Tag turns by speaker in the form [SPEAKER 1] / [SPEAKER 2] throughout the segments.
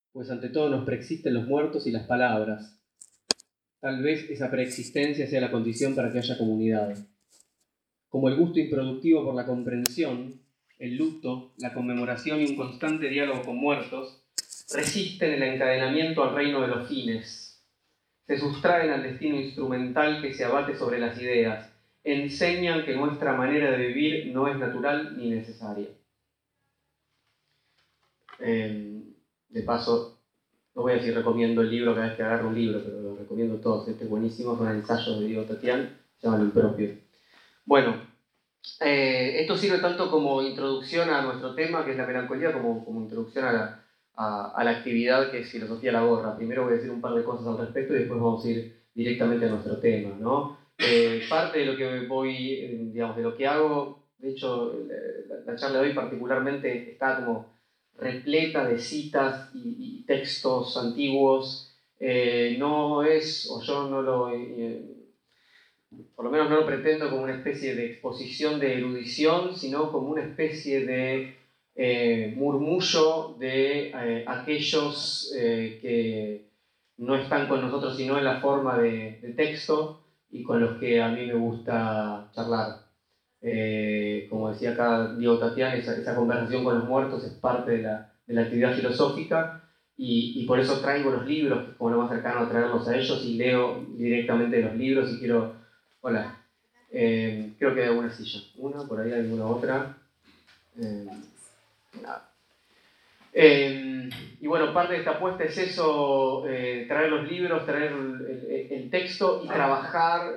[SPEAKER 1] pues ante todo nos preexisten los muertos y las palabras. Tal vez esa preexistencia sea la condición para que haya comunidad. Como el gusto improductivo por la comprensión, el luto, la conmemoración y un constante diálogo con muertos resisten el encadenamiento al reino de los fines. Se sustraen al destino instrumental que se abate sobre las ideas. Enseñan que nuestra manera de vivir no es natural ni necesaria. De paso, no voy a decir recomiendo el libro cada vez que agarro un libro, pero lo recomiendo todos. Este es buenísimo, son ensayos de Diego Tatián, se llama Lo Impropio. Bueno, esto sirve tanto como introducción a nuestro tema, que es la melancolía, como introducción a la actividad que es Filosofía a la Gorra. Primero voy a decir un par de cosas al respecto y después vamos a ir directamente a nuestro tema, ¿no? Parte de lo que voy, digamos, de lo que hago, de hecho, la charla de hoy particularmente está como repleta de citas y textos antiguos. No es, o yo no lo... por lo menos no lo pretendo como una especie de exposición de erudición, sino como una especie de murmullo de aquellos que no están con nosotros sino en la forma de texto y con los que a mí me gusta charlar. Como decía acá Diego Tatián, esa conversación con los muertos es parte de la actividad filosófica y por eso traigo los libros, que es como lo más cercano a traerlos a ellos, y leo directamente los libros y quiero... Hola. Creo que hay alguna silla. Una, por ahí alguna otra. Nada. Y bueno, parte de esta apuesta es eso, traer los libros, traer el texto y trabajar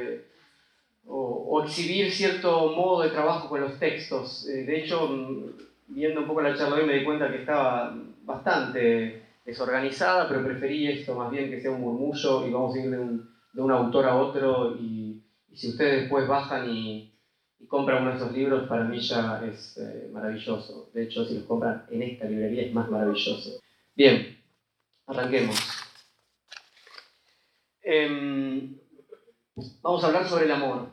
[SPEAKER 1] o exhibir cierto modo de trabajo con los textos. De hecho, viendo un poco la charla hoy me di cuenta que estaba bastante desorganizada, pero preferí esto más bien que sea un murmullo y vamos a ir de un autor a otro y si ustedes después bajan y compran uno de esos libros, para mí ya es maravilloso. De hecho, si los compran en esta librería es más maravilloso. Bien, arranquemos. Vamos a hablar sobre el amor.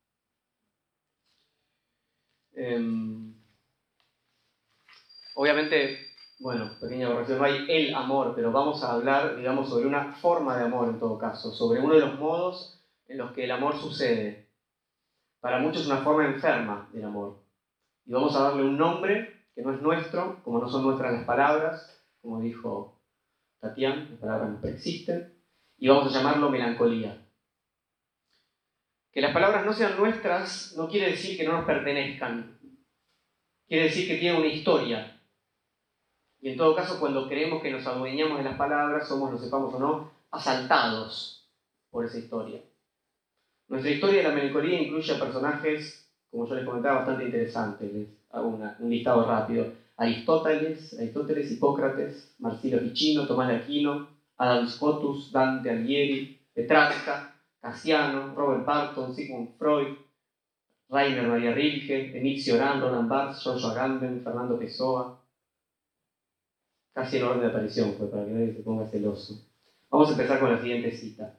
[SPEAKER 1] Obviamente, bueno, pequeña corrección, no hay el amor, pero vamos a hablar, digamos, sobre una forma de amor en todo caso, sobre uno de los modos en los que el amor sucede. Para muchos es una forma enferma del amor. Y vamos a darle un nombre que no es nuestro, como no son nuestras las palabras, como dijo Tatián, las palabras no existen, y vamos a llamarlo melancolía. Que las palabras no sean nuestras no quiere decir que no nos pertenezcan, quiere decir que tienen una historia. Y en todo caso, cuando creemos que nos adueñamos de las palabras, somos, lo sepamos o no, asaltados por esa historia. Nuestra historia de la melancolía incluye a personajes, como yo les comentaba, bastante interesantes. Les hago un listado rápido. Aristóteles, Hipócrates, Marsilio Ficino, Tomás de Aquino, Adam Scotus, Dante Alighieri, Petrarca, Cassiano, Robert Barton, Sigmund Freud, Rainer Maria Rilke, Emil Cioran, Roland Barthes, Joshua Agamben, Fernando Pessoa. Casi en orden de aparición, pues, para que nadie se ponga celoso. Vamos a empezar con la siguiente cita.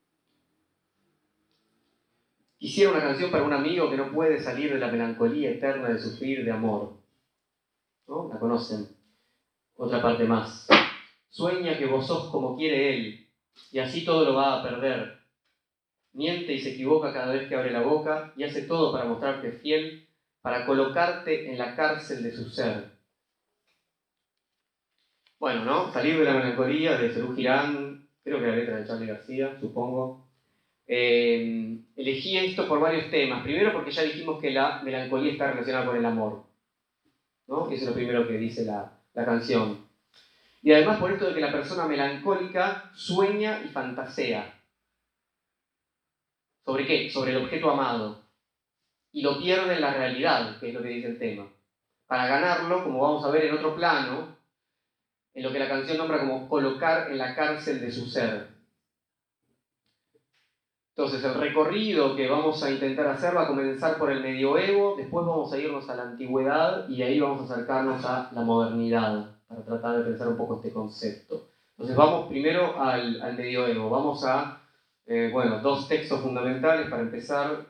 [SPEAKER 1] Quisiera una canción para un amigo que no puede salir de la melancolía eterna de sufrir de amor. ¿No? ¿La conocen? Otra parte más. Sueña que vos sos como quiere él, y así todo lo va a perder. Miente y se equivoca cada vez que abre la boca, y hace todo para mostrarte fiel, para colocarte en la cárcel de su ser. Bueno, ¿no? Salir de la melancolía de Serú Girán, creo que la letra de Charly García, supongo. Elegí esto por varios temas. Primero porque ya dijimos que la melancolía está relacionada con el amor, ¿no? Eso es lo primero que dice la canción. Y además por esto de que la persona melancólica sueña y fantasea. ¿Sobre qué? Sobre el objeto amado. Y lo pierde en la realidad, que es lo que dice el tema. Para ganarlo, como vamos a ver en otro plano, en lo que la canción nombra como colocar en la cárcel de su ser. Entonces el recorrido que vamos a intentar hacer va a comenzar por el medioevo, después vamos a irnos a la antigüedad y ahí vamos a acercarnos a la modernidad para tratar de pensar un poco este concepto. Entonces vamos primero al medioevo, vamos a, dos textos fundamentales para empezar.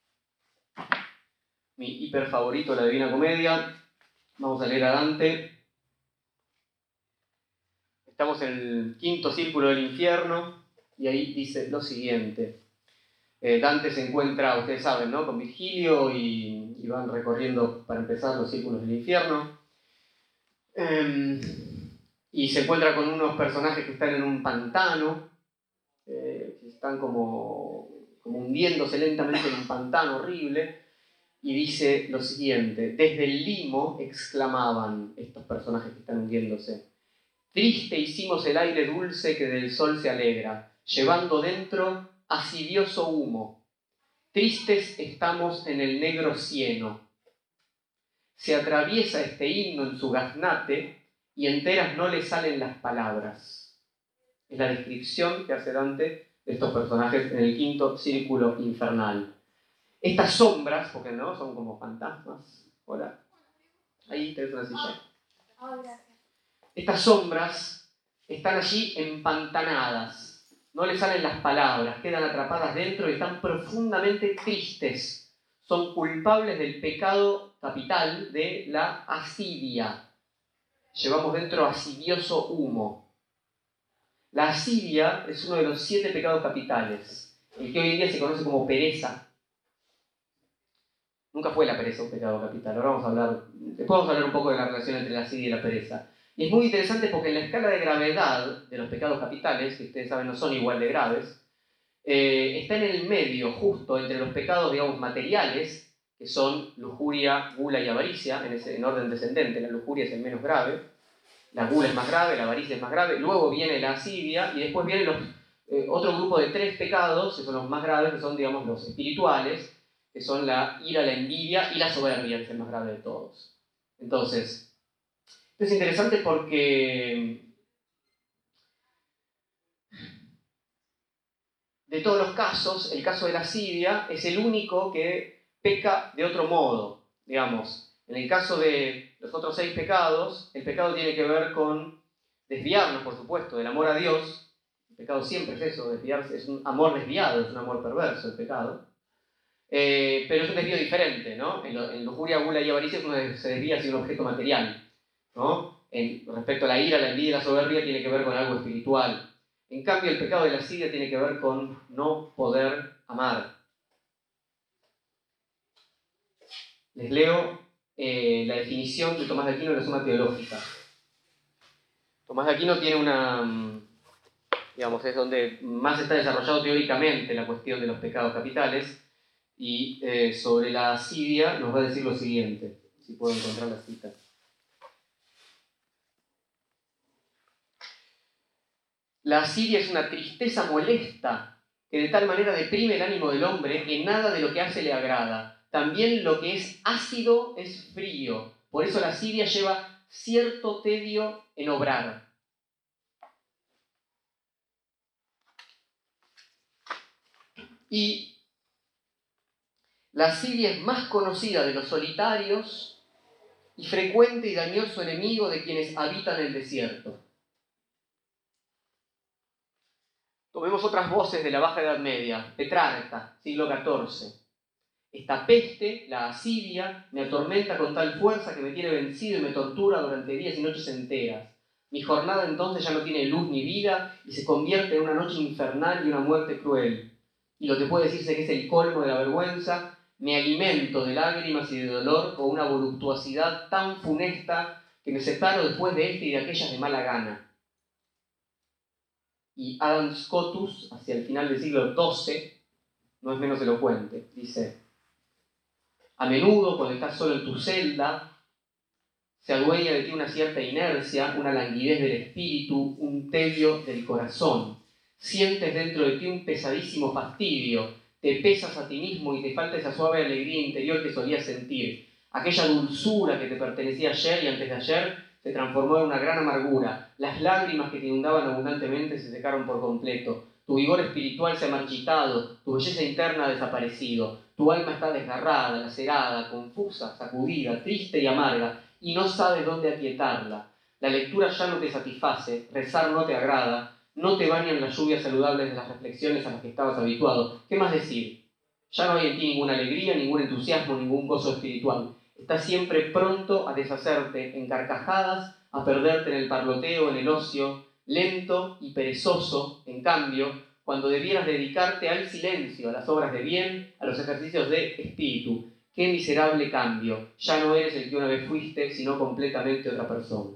[SPEAKER 1] Mi hiper favorito, la Divina Comedia. Vamos a leer a Dante. Estamos en el quinto círculo del infierno y ahí dice lo siguiente. Dante se encuentra, ustedes saben, ¿no?, con Virgilio y van recorriendo para empezar los círculos del infierno. Y se encuentra con unos personajes que están en un pantano, que están como hundiéndose lentamente en un pantano horrible, y dice lo siguiente: desde el limo exclamaban estos personajes que están hundiéndose: triste hicimos el aire dulce que del sol se alegra, llevando dentro asidioso humo. Tristes estamos en el negro cieno. Se atraviesa este himno en su gaznate y enteras no le salen las palabras. Es la descripción que hace Dante de estos personajes en el quinto círculo infernal. Estas sombras, porque no, son como fantasmas. Hola. Ahí tenés una silla. Estas sombras están allí empantanadas. No les salen las palabras, quedan atrapadas dentro y están profundamente tristes. Son culpables del pecado capital de la asidia. Llevamos dentro asidioso humo. La asidia es uno de los 7 pecados capitales, el que hoy en día se conoce como pereza. Nunca fue la pereza un pecado capital. Ahora después vamos a hablar un poco de la relación entre la asidia y la pereza. Y es muy interesante porque en la escala de gravedad de los pecados capitales, que ustedes saben no son igual de graves, está en el medio, justo entre los pecados, digamos, materiales, que son lujuria, gula y avaricia, en orden descendente. La lujuria es el menos grave, la gula es más grave, la avaricia es más grave, luego viene la asidia y después vienen otro grupo de 3 pecados, que son los más graves, que son, digamos, los espirituales, que son la ira, la envidia y la soberbia, que es el más grave de todos. Entonces, esto es interesante porque de todos los casos, el caso de la asidia es el único que peca de otro modo. Digamos, en el caso de los otros 6 pecados, el pecado tiene que ver con desviarnos, por supuesto, del amor a Dios. El pecado siempre es eso, desviarse, es un amor desviado, es un amor perverso el pecado. Pero es un desvío diferente, ¿no? En lujuria, gula y avaricia uno se desvía hacia un objeto material, ¿no? Respecto a la ira, la envidia y la soberbia tiene que ver con algo espiritual. En cambio, el pecado de la asidia tiene que ver con no poder amar. Les leo la definición de Tomás de Aquino en la Suma Teológica. Tomás de Aquino tiene digamos, es donde más está desarrollado teóricamente la cuestión de los pecados capitales. Y sobre la asidia nos va a decir lo siguiente, si puedo encontrar la cita. La asidia es una tristeza molesta que de tal manera deprime el ánimo del hombre que nada de lo que hace le agrada. También lo que es ácido es frío. Por eso la asidia lleva cierto tedio en obrar. Y la asidia es más conocida de los solitarios y frecuente y dañoso enemigo de quienes habitan el desierto. Tomemos otras voces de la Baja Edad Media. Petrarca, siglo XIV. Esta peste, la asidia, me atormenta con tal fuerza que me tiene vencido y me tortura durante días y noches enteras. Mi jornada entonces ya no tiene luz ni vida y se convierte en una noche infernal y una muerte cruel. Y lo que puede decirse que es el colmo de la vergüenza, me alimento de lágrimas y de dolor con una voluptuosidad tan funesta que me separo después de este y de aquellas de mala gana. Y Adam Scotus, hacia el final del siglo XII, no es menos elocuente. Dice: a menudo, cuando estás solo en tu celda, se adueña de ti una cierta inercia, una languidez del espíritu, un tedio del corazón. Sientes dentro de ti un pesadísimo fastidio, te pesas a ti mismo y te falta esa suave alegría interior que solías sentir. Aquella dulzura que te pertenecía ayer y antes de ayer se transformó en una gran amargura. Las lágrimas que te inundaban abundantemente se secaron por completo. Tu vigor espiritual se ha marchitado, tu belleza interna ha desaparecido. Tu alma está desgarrada, lacerada, confusa, sacudida, triste y amarga, y no sabes dónde aquietarla. La lectura ya no te satisface, rezar no te agrada, no te bañan las lluvias saludables de las reflexiones a las que estabas habituado. ¿Qué más decir? Ya no hay en ti ninguna alegría, ningún entusiasmo, ningún gozo espiritual. Estás siempre pronto a deshacerte en carcajadas, a perderte en el parloteo, en el ocio. lento y perezoso, en cambio, cuando debieras dedicarte al silencio, a las obras de bien, a los ejercicios de espíritu. ¡Qué miserable cambio! Ya no eres el que una vez fuiste, sino completamente otra persona.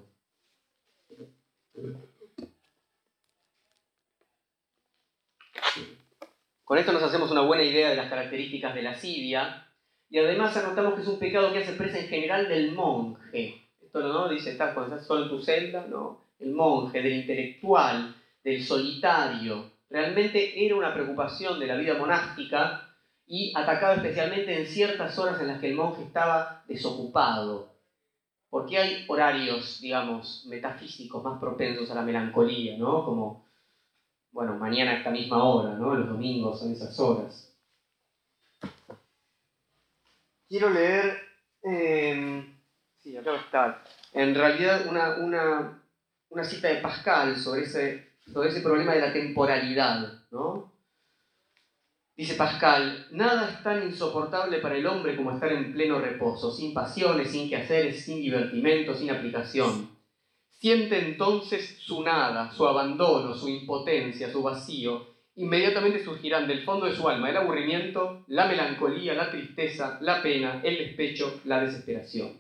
[SPEAKER 1] Con esto nos hacemos una buena idea de las características de la lascivia y además anotamos que es un pecado que hace presa en general del monje. Esto no dice, estás cuando estás solo en tu celda, no. El monje, del intelectual, del solitario. Realmente era una preocupación de la vida monástica y atacaba especialmente en ciertas horas en las que el monje estaba desocupado. Porque hay horarios, digamos, metafísicos más propensos a la melancolía, ¿no? Como, bueno, mañana a esta misma hora, ¿no? Los domingos son esas horas. Quiero leer, sí, acá está, en realidad una cita de Pascal sobre ese problema de la temporalidad, ¿no? Dice Pascal, nada es tan insoportable para el hombre como estar en pleno reposo, sin pasiones, sin quehaceres, sin divertimento, sin aplicación. Siente entonces su nada, su abandono, su impotencia, su vacío. Inmediatamente surgirán del fondo de su alma el aburrimiento, la melancolía, la tristeza, la pena, el despecho, la desesperación.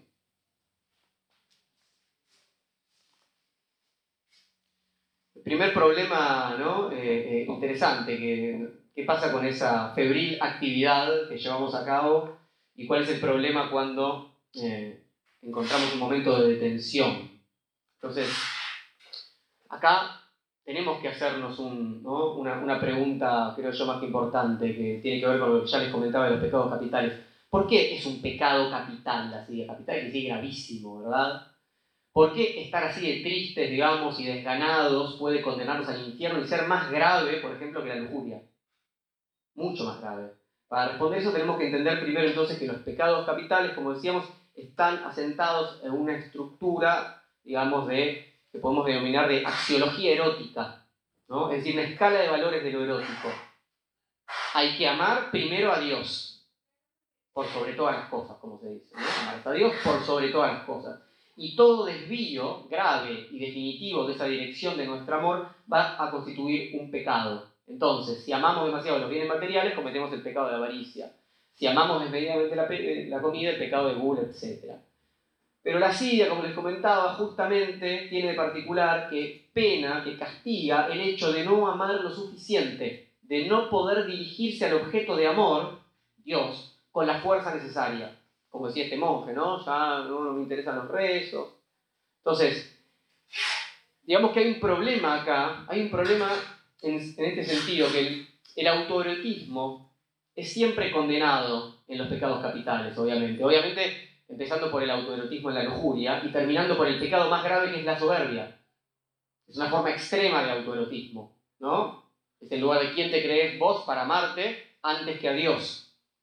[SPEAKER 1] El primer problema, ¿no? Interesante, ¿qué pasa con esa febril actividad que llevamos a cabo? ¿Y cuál es el problema cuando encontramos un momento de detención? Entonces, acá tenemos que hacernos una pregunta, creo yo, más que importante, que tiene que ver con lo que ya les comentaba de los pecados capitales. ¿Por qué es un pecado capital la lascivia capital? Que sí, gravísimo, ¿verdad? ¿Por qué estar así de tristes, digamos, y desganados puede condenarnos al infierno y ser más grave, por ejemplo, que la lujuria? Mucho más grave. Para responder eso tenemos que entender primero entonces que los pecados capitales, como decíamos, están asentados en una estructura, digamos, que podemos denominar de axiología erótica, ¿no? Es decir, una escala de valores de lo erótico. Hay que amar primero a Dios, por sobre todas las cosas, como se dice, ¿no? Amar a Dios por sobre todas las cosas. Y todo desvío grave y definitivo de esa dirección de nuestro amor va a constituir un pecado. Entonces, si amamos demasiado los bienes materiales, cometemos el pecado de avaricia. Si amamos desmedidamente la comida, el pecado de gula, etc. Pero la lascivia, como les comentaba, justamente tiene de particular que pena, que castiga el hecho de no amar lo suficiente, de no poder dirigirse al objeto de amor, Dios, con la fuerza necesaria. Como decía este monje, ¿no? Ya no me interesan los rezos. Entonces, digamos que hay un problema acá, hay un problema en este sentido, que el autoerotismo es siempre condenado en los pecados capitales, obviamente. Obviamente, empezando por el autoerotismo en la lujuria y terminando por el pecado más grave que es la soberbia. Es una forma extrema de autoerotismo, ¿no? Es el lugar de quién te crees vos para amarte antes que a Dios.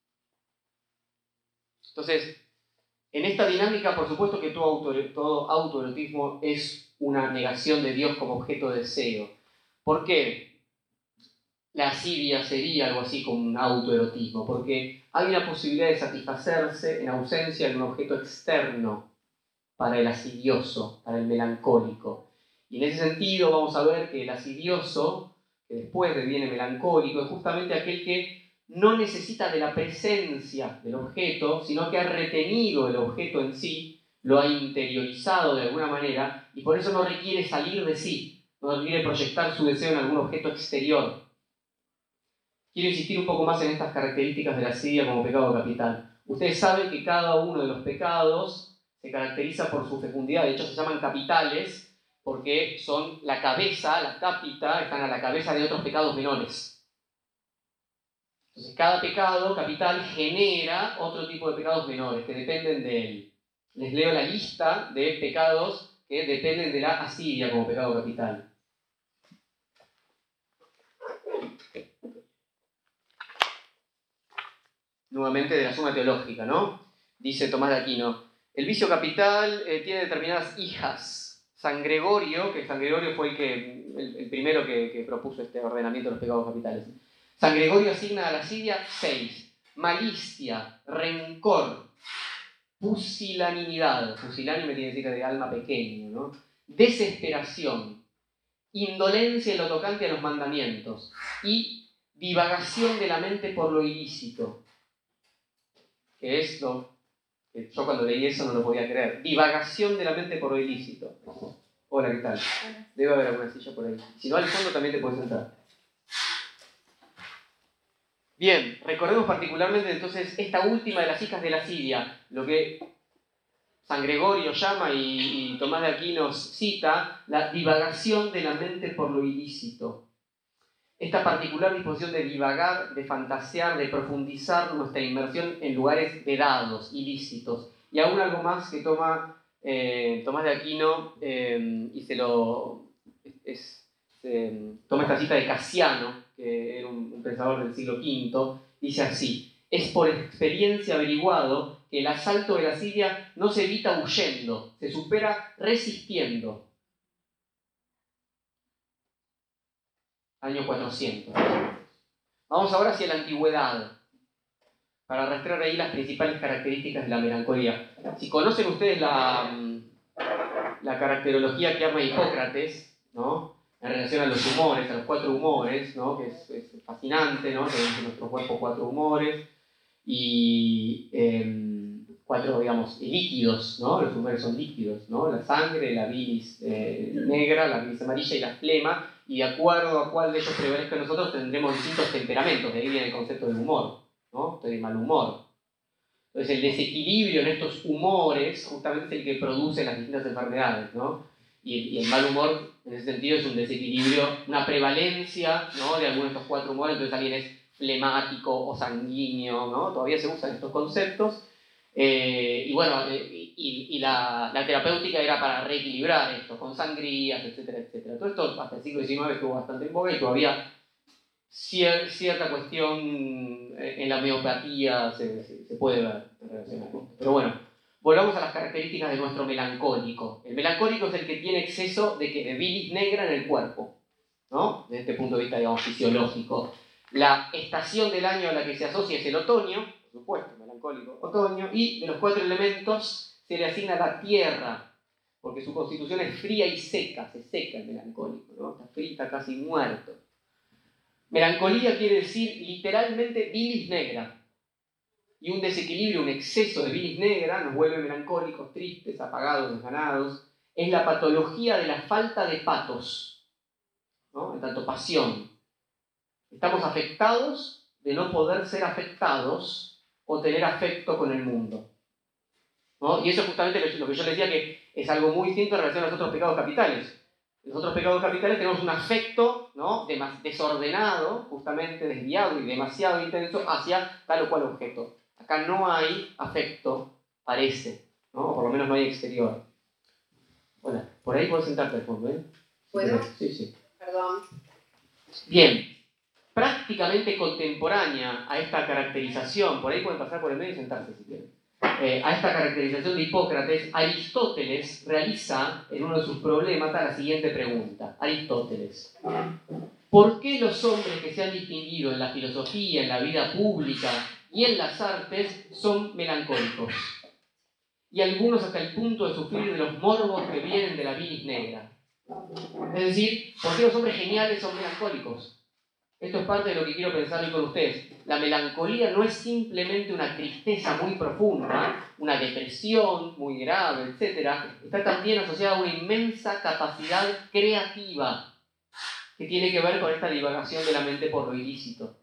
[SPEAKER 1] Entonces, en esta dinámica, por supuesto que todo autoerotismo es una negación de Dios como objeto de deseo. ¿Por qué la lascivia sería algo así como un autoerotismo? Porque hay una posibilidad de satisfacerse en ausencia de un objeto externo para el lascivioso, para el melancólico. Y en ese sentido vamos a ver que el lascivioso, que después deviene melancólico, es justamente aquel que no necesita de la presencia del objeto, sino que ha retenido el objeto en sí, lo ha interiorizado de alguna manera, y por eso no requiere salir de sí, no requiere proyectar su deseo en algún objeto exterior. Quiero insistir un poco más en estas características de la lascivia como pecado capital. Ustedes saben que cada uno de los pecados se caracteriza por su fecundidad, de hecho se llaman capitales, porque son la cabeza, la cápita, están a la cabeza de otros pecados menores. Entonces, cada pecado capital genera otro tipo de pecados menores que dependen de él. Les leo la lista de pecados que dependen de la lascivia como pecado capital. Nuevamente de la Suma Teológica, ¿no? Dice Tomás de Aquino, el vicio capital tiene determinadas hijas. San Gregorio, que San Gregorio fue el primero que propuso este ordenamiento de los pecados capitales. San Gregorio asigna a la lascivia 6. Malicia, rencor, pusilanimidad. Pusilánime quiere decir de alma pequeña, ¿no? Desesperación, indolencia en lo tocante a los mandamientos y divagación de la mente por lo ilícito, que es lo que yo cuando leí eso no lo podía creer. Divagación de la mente por lo ilícito. Hola, ¿qué tal? Debe haber alguna silla por ahí. Si no, al fondo también te puedes sentar. Bien, recordemos particularmente entonces esta última de las hijas de la Siria, lo que San Gregorio llama y Tomás de Aquino cita, la divagación de la mente por lo ilícito. Esta particular disposición de divagar, de fantasear, de profundizar nuestra inmersión en lugares vedados, ilícitos. Y aún algo más que toma Tomás de Aquino y toma esta cita de Casiano, que era un pensador del siglo V, dice así: es por experiencia averiguado que el asalto de la Siria no se evita huyendo, se supera resistiendo. Año 400. Vamos ahora hacia la antigüedad, para rastrear ahí las principales características de la melancolía. Si conocen ustedes la caracterología que arma Hipócrates, ¿no?, en relación a los humores, a los 4 humores, ¿no?, que es fascinante, ¿no?, tenemos en nuestro cuerpo 4 humores y 4, digamos, líquidos, ¿no? Los humores son líquidos, ¿no? La sangre, la bilis negra, la bilis amarilla y la flema, y de acuerdo a cuál de ellos prevalezca en nosotros tendremos distintos temperamentos. De ahí viene el concepto del humor, ¿no? Estoy de mal humor. Entonces el desequilibrio en estos humores justamente es el que produce las distintas enfermedades, ¿no? Y el mal humor en ese sentido es un desequilibrio, una prevalencia, ¿no?, de alguno de estos 4 humores. Entonces alguien es flemático o sanguíneo, ¿no? Todavía se usan estos conceptos. Y bueno, la terapéutica era para reequilibrar esto, con sangrías, etcétera, etcétera. Todo esto hasta el siglo XIX estuvo bastante en boga y todavía cierta cuestión en la homeopatía se puede ver en relación a esto. Pero bueno, volvamos a las características de nuestro melancólico. El melancólico es el que tiene exceso de bilis negra en el cuerpo, ¿no?, desde este punto de vista, digamos, fisiológico. La estación del año a la que se asocia es el otoño, por supuesto, melancólico, otoño, y de los 4 elementos se le asigna la tierra, porque su constitución es fría y seca, se seca el melancólico, ¿no?, está frío, está casi muerto. Melancolía quiere decir literalmente bilis negra, y un desequilibrio, un exceso de bilis negra nos vuelve melancólicos, tristes, apagados, desganados. Es la patología de la falta de patos, ¿no?, en tanto pasión. Estamos afectados de no poder ser afectados o tener afecto con el mundo, ¿no? Y eso es justamente lo que yo les decía, que es algo muy distinto en relación a los otros pecados capitales. En los otros pecados capitales tenemos un afecto, ¿no?, desordenado, justamente desviado y demasiado intenso hacia tal o cual objeto. Acá no hay afecto, parece, ¿no?, o por lo menos no hay exterior. Hola, por ahí puedes sentarte al fondo, ¿eh?
[SPEAKER 2] ¿Puedo?
[SPEAKER 1] Sí.
[SPEAKER 2] Perdón.
[SPEAKER 1] Bien. Prácticamente contemporánea a esta caracterización, por ahí pueden pasar por el medio y sentarse si quieren, a esta caracterización de Hipócrates, Aristóteles realiza en uno de sus problemas la siguiente pregunta. Aristóteles: ¿por qué los hombres que se han distinguido en la filosofía, en la vida pública y en las artes son melancólicos? Y algunos hasta el punto de sufrir de los morbos que vienen de la bilis negra. Es decir, ¿por qué los hombres geniales son melancólicos? Esto es parte de lo que quiero pensar hoy con ustedes. La melancolía no es simplemente una tristeza muy profunda, una depresión muy grave, etc. Está también asociada a una inmensa capacidad creativa que tiene que ver con esta divagación de la mente por lo ilícito.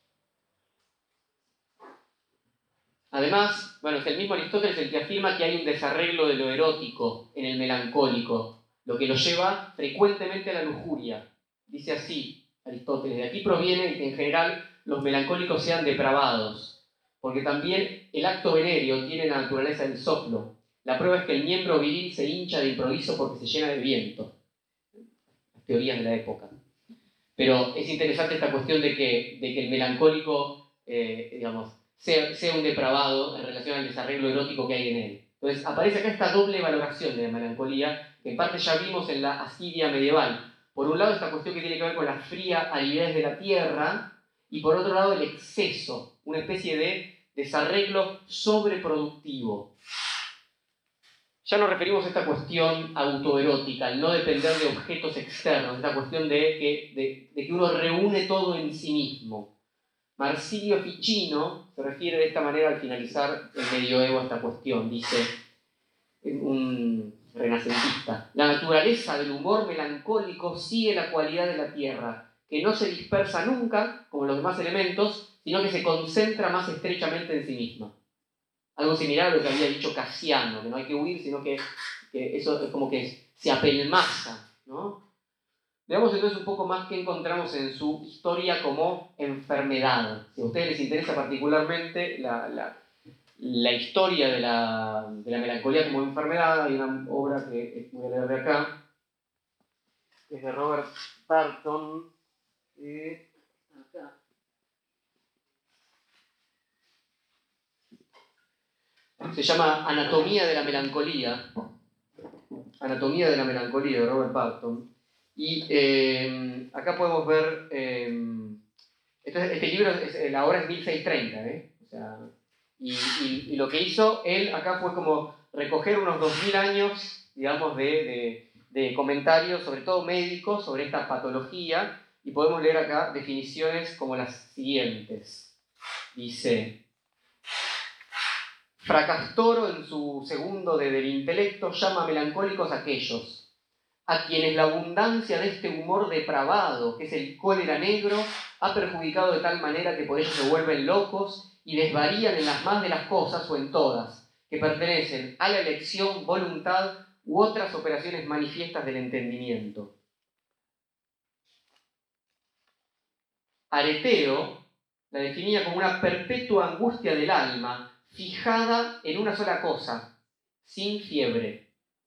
[SPEAKER 1] Además, bueno, es el mismo Aristóteles el que afirma que hay un desarreglo de lo erótico en el melancólico, lo que lo lleva frecuentemente a la lujuria. Dice así Aristóteles: de aquí proviene que en general los melancólicos sean depravados, porque también el acto venéreo tiene la naturaleza del soplo. La prueba es que el miembro viril se hincha de improviso porque se llena de viento. Las teorías de la época. Pero es interesante esta cuestión de que el melancólico, sea un depravado en relación al desarreglo erótico que hay en él. Entonces aparece acá esta doble valoración de la melancolía, que en parte ya vimos en la Asiria medieval. Por un lado, esta cuestión que tiene que ver con la fría aridez de la tierra, y por otro lado, el exceso, una especie de desarreglo sobreproductivo. ya nos referimos a esta cuestión autoerótica, el no depender de objetos externos, esta cuestión de que uno reúne todo en sí mismo. Marsilio Ficino se refiere de esta manera al finalizar el medioevo a esta cuestión. Dice, un renacentista, la naturaleza del humor melancólico sigue la cualidad de la tierra, que no se dispersa nunca, como los demás elementos, sino que se concentra más estrechamente en sí misma. Algo similar a lo que había dicho Casiano, que no hay que huir, sino que eso es como que se apelmaza, ¿no? Veamos entonces un poco más qué encontramos en su historia como enfermedad. Si a ustedes les interesa particularmente la historia de la melancolía como enfermedad, hay una obra que voy a leer de acá, que es de Robert Barton. Acá. Se llama Anatomía de la melancolía. Anatomía de la melancolía de Robert Barton. Y acá podemos ver, este libro, la obra es 1630, o sea, y lo que hizo él acá fue como recoger unos 2000 años, digamos, de comentarios, sobre todo médicos, sobre esta patología, y podemos leer acá definiciones como las siguientes. Dice: Fracastoro, en su segundo del intelecto, llama melancólicos aquellos a quienes la abundancia de este humor depravado, que es el cólera negro, ha perjudicado de tal manera que por ello se vuelven locos y desvarían en las más de las cosas o en todas, que pertenecen a la elección, voluntad u otras operaciones manifiestas del entendimiento. Areteo la definía como una perpetua angustia del alma, fijada en una sola cosa, sin fiebre.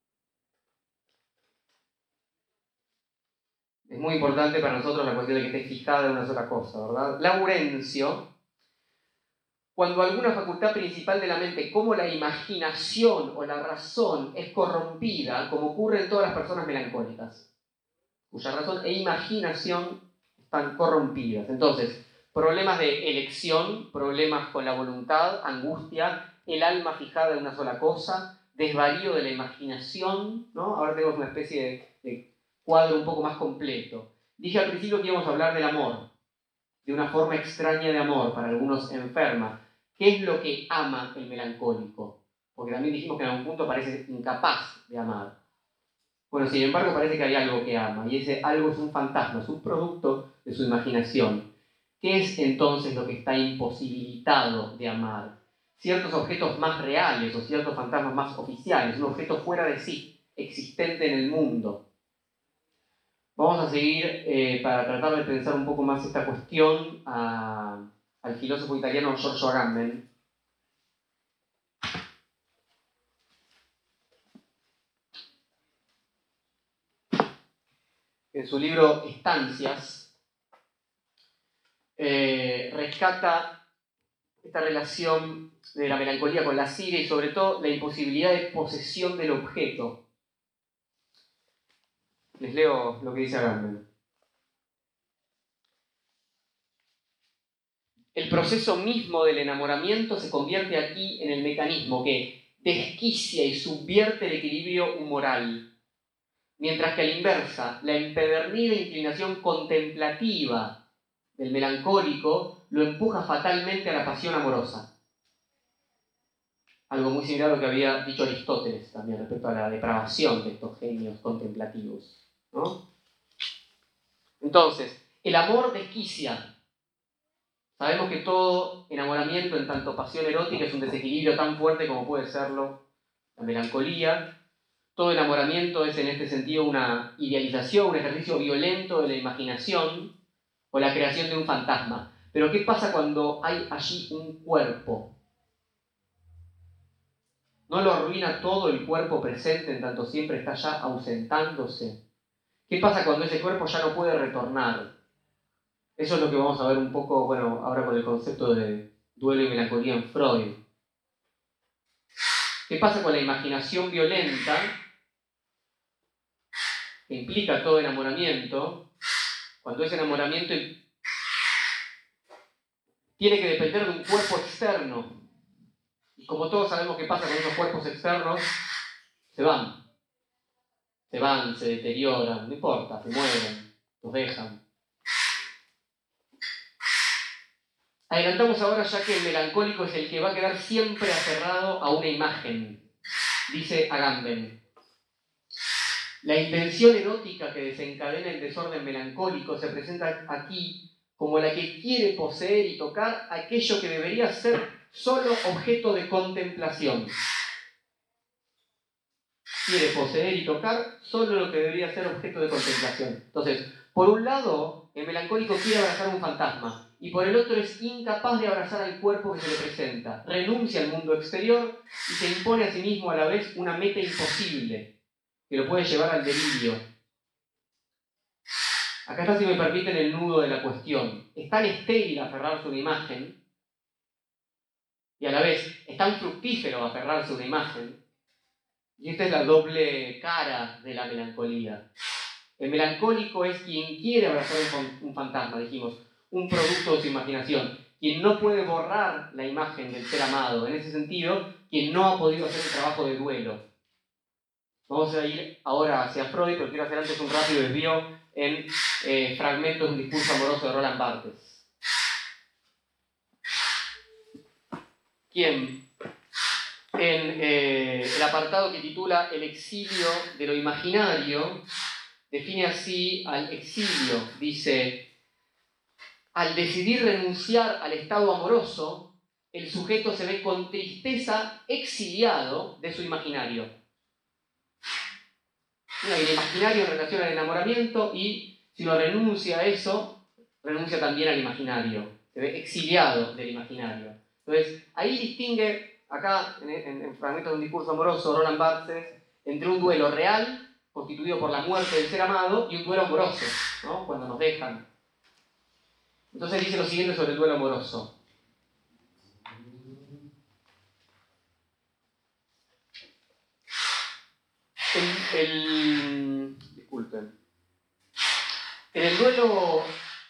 [SPEAKER 1] Es muy importante para nosotros la cuestión de que esté fijada en una sola cosa, ¿verdad? Laurencio, cuando alguna facultad principal de la mente, como la imaginación o la razón, es corrompida, como ocurre en todas las personas melancólicas, cuya razón e imaginación están corrompidas. Entonces, problemas de elección, problemas con la voluntad, angustia, el alma fijada en una sola cosa, desvarío de la imaginación, ¿no? Ahora tenemos una especie de cuadro un poco más completo. Dije al principio que íbamos a hablar del amor, de una forma extraña de amor, para algunos enferma. ¿Qué es lo que ama el melancólico? Porque también dijimos que en algún punto parece incapaz de amar. Bueno, sin embargo, parece que hay algo que ama, y ese algo es un fantasma, es un producto de su imaginación. ¿Qué es entonces lo que está imposibilitado de amar? Ciertos objetos más reales o ciertos fantasmas más oficiales, un objeto fuera de sí, existente en el mundo. Vamos a seguir para tratar de pensar un poco más esta cuestión al filósofo italiano Giorgio Agamben. En su libro Estancias, rescata esta relación de la melancolía con la siria y sobre todo la imposibilidad de posesión del objeto. Les leo lo que dice Agamben. El proceso mismo del enamoramiento se convierte aquí en el mecanismo que desquicia y subvierte el equilibrio humoral, mientras que a la inversa, la empedernida inclinación contemplativa del melancólico lo empuja fatalmente a la pasión amorosa. Algo muy similar a lo que había dicho Aristóteles también respecto a la depravación de estos genios contemplativos, ¿no? Entonces, el amor desquicia. Sabemos que todo enamoramiento, en tanto pasión erótica, es un desequilibrio tan fuerte como puede serlo la melancolía. Todo enamoramiento es en este sentido una idealización, un ejercicio violento de la imaginación o la creación de un fantasma. Pero ¿qué pasa cuando hay allí un cuerpo? ¿No lo arruina todo el cuerpo presente en tanto siempre está ya ausentándose? ¿Qué pasa cuando ese cuerpo ya no puede retornar? Eso es lo que vamos a ver un poco, bueno, ahora con el concepto de duelo y melancolía en Freud. ¿Qué pasa con la imaginación violenta que implica todo enamoramiento? Cuando ese enamoramiento tiene que depender de un cuerpo externo. Y como todos sabemos qué pasa con esos cuerpos externos, se van, se deterioran, no importa, se mueren, nos dejan. Adelantamos ahora ya que el melancólico es el que va a quedar siempre aferrado a una imagen, dice Agamben. La intención erótica que desencadena el desorden melancólico se presenta aquí como la que quiere poseer y tocar aquello que debería ser solo objeto de contemplación. Quiere poseer y tocar solo lo que debería ser objeto de contemplación. Entonces, por un lado, el melancólico quiere abrazar un fantasma, y por el otro es incapaz de abrazar al cuerpo que se le presenta. Renuncia al mundo exterior y se impone a sí mismo a la vez una meta imposible, que lo puede llevar al delirio. Acá está, si me permiten, el nudo de la cuestión. Es tan estéril aferrarse a una imagen, y a la vez es tan fructífero aferrarse a una imagen, y esta es la doble cara de la melancolía. El melancólico es quien quiere abrazar un fantasma, dijimos, un producto de su imaginación, quien no puede borrar la imagen del ser amado, en ese sentido, quien no ha podido hacer el trabajo de duelo. Vamos a ir ahora hacia Freud, pero quiero hacer antes un rápido desvío en fragmentos de un discurso amoroso de Roland Barthes. Quien, en el apartado que titula El exilio de lo imaginario, define así al exilio, dice: al decidir renunciar al estado amoroso, el sujeto se ve con tristeza exiliado de su imaginario. El imaginario en relación al enamoramiento, y si uno renuncia a eso, renuncia también al imaginario. Se ve exiliado del imaginario. Entonces, ahí distingue, acá, en fragmentos de un discurso amoroso, Roland Barthes, entre un duelo real, constituido por la muerte del ser amado, y un duelo amoroso, ¿no? Cuando nos dejan. Entonces dice lo siguiente sobre el duelo amoroso. Disculpen. En el duelo...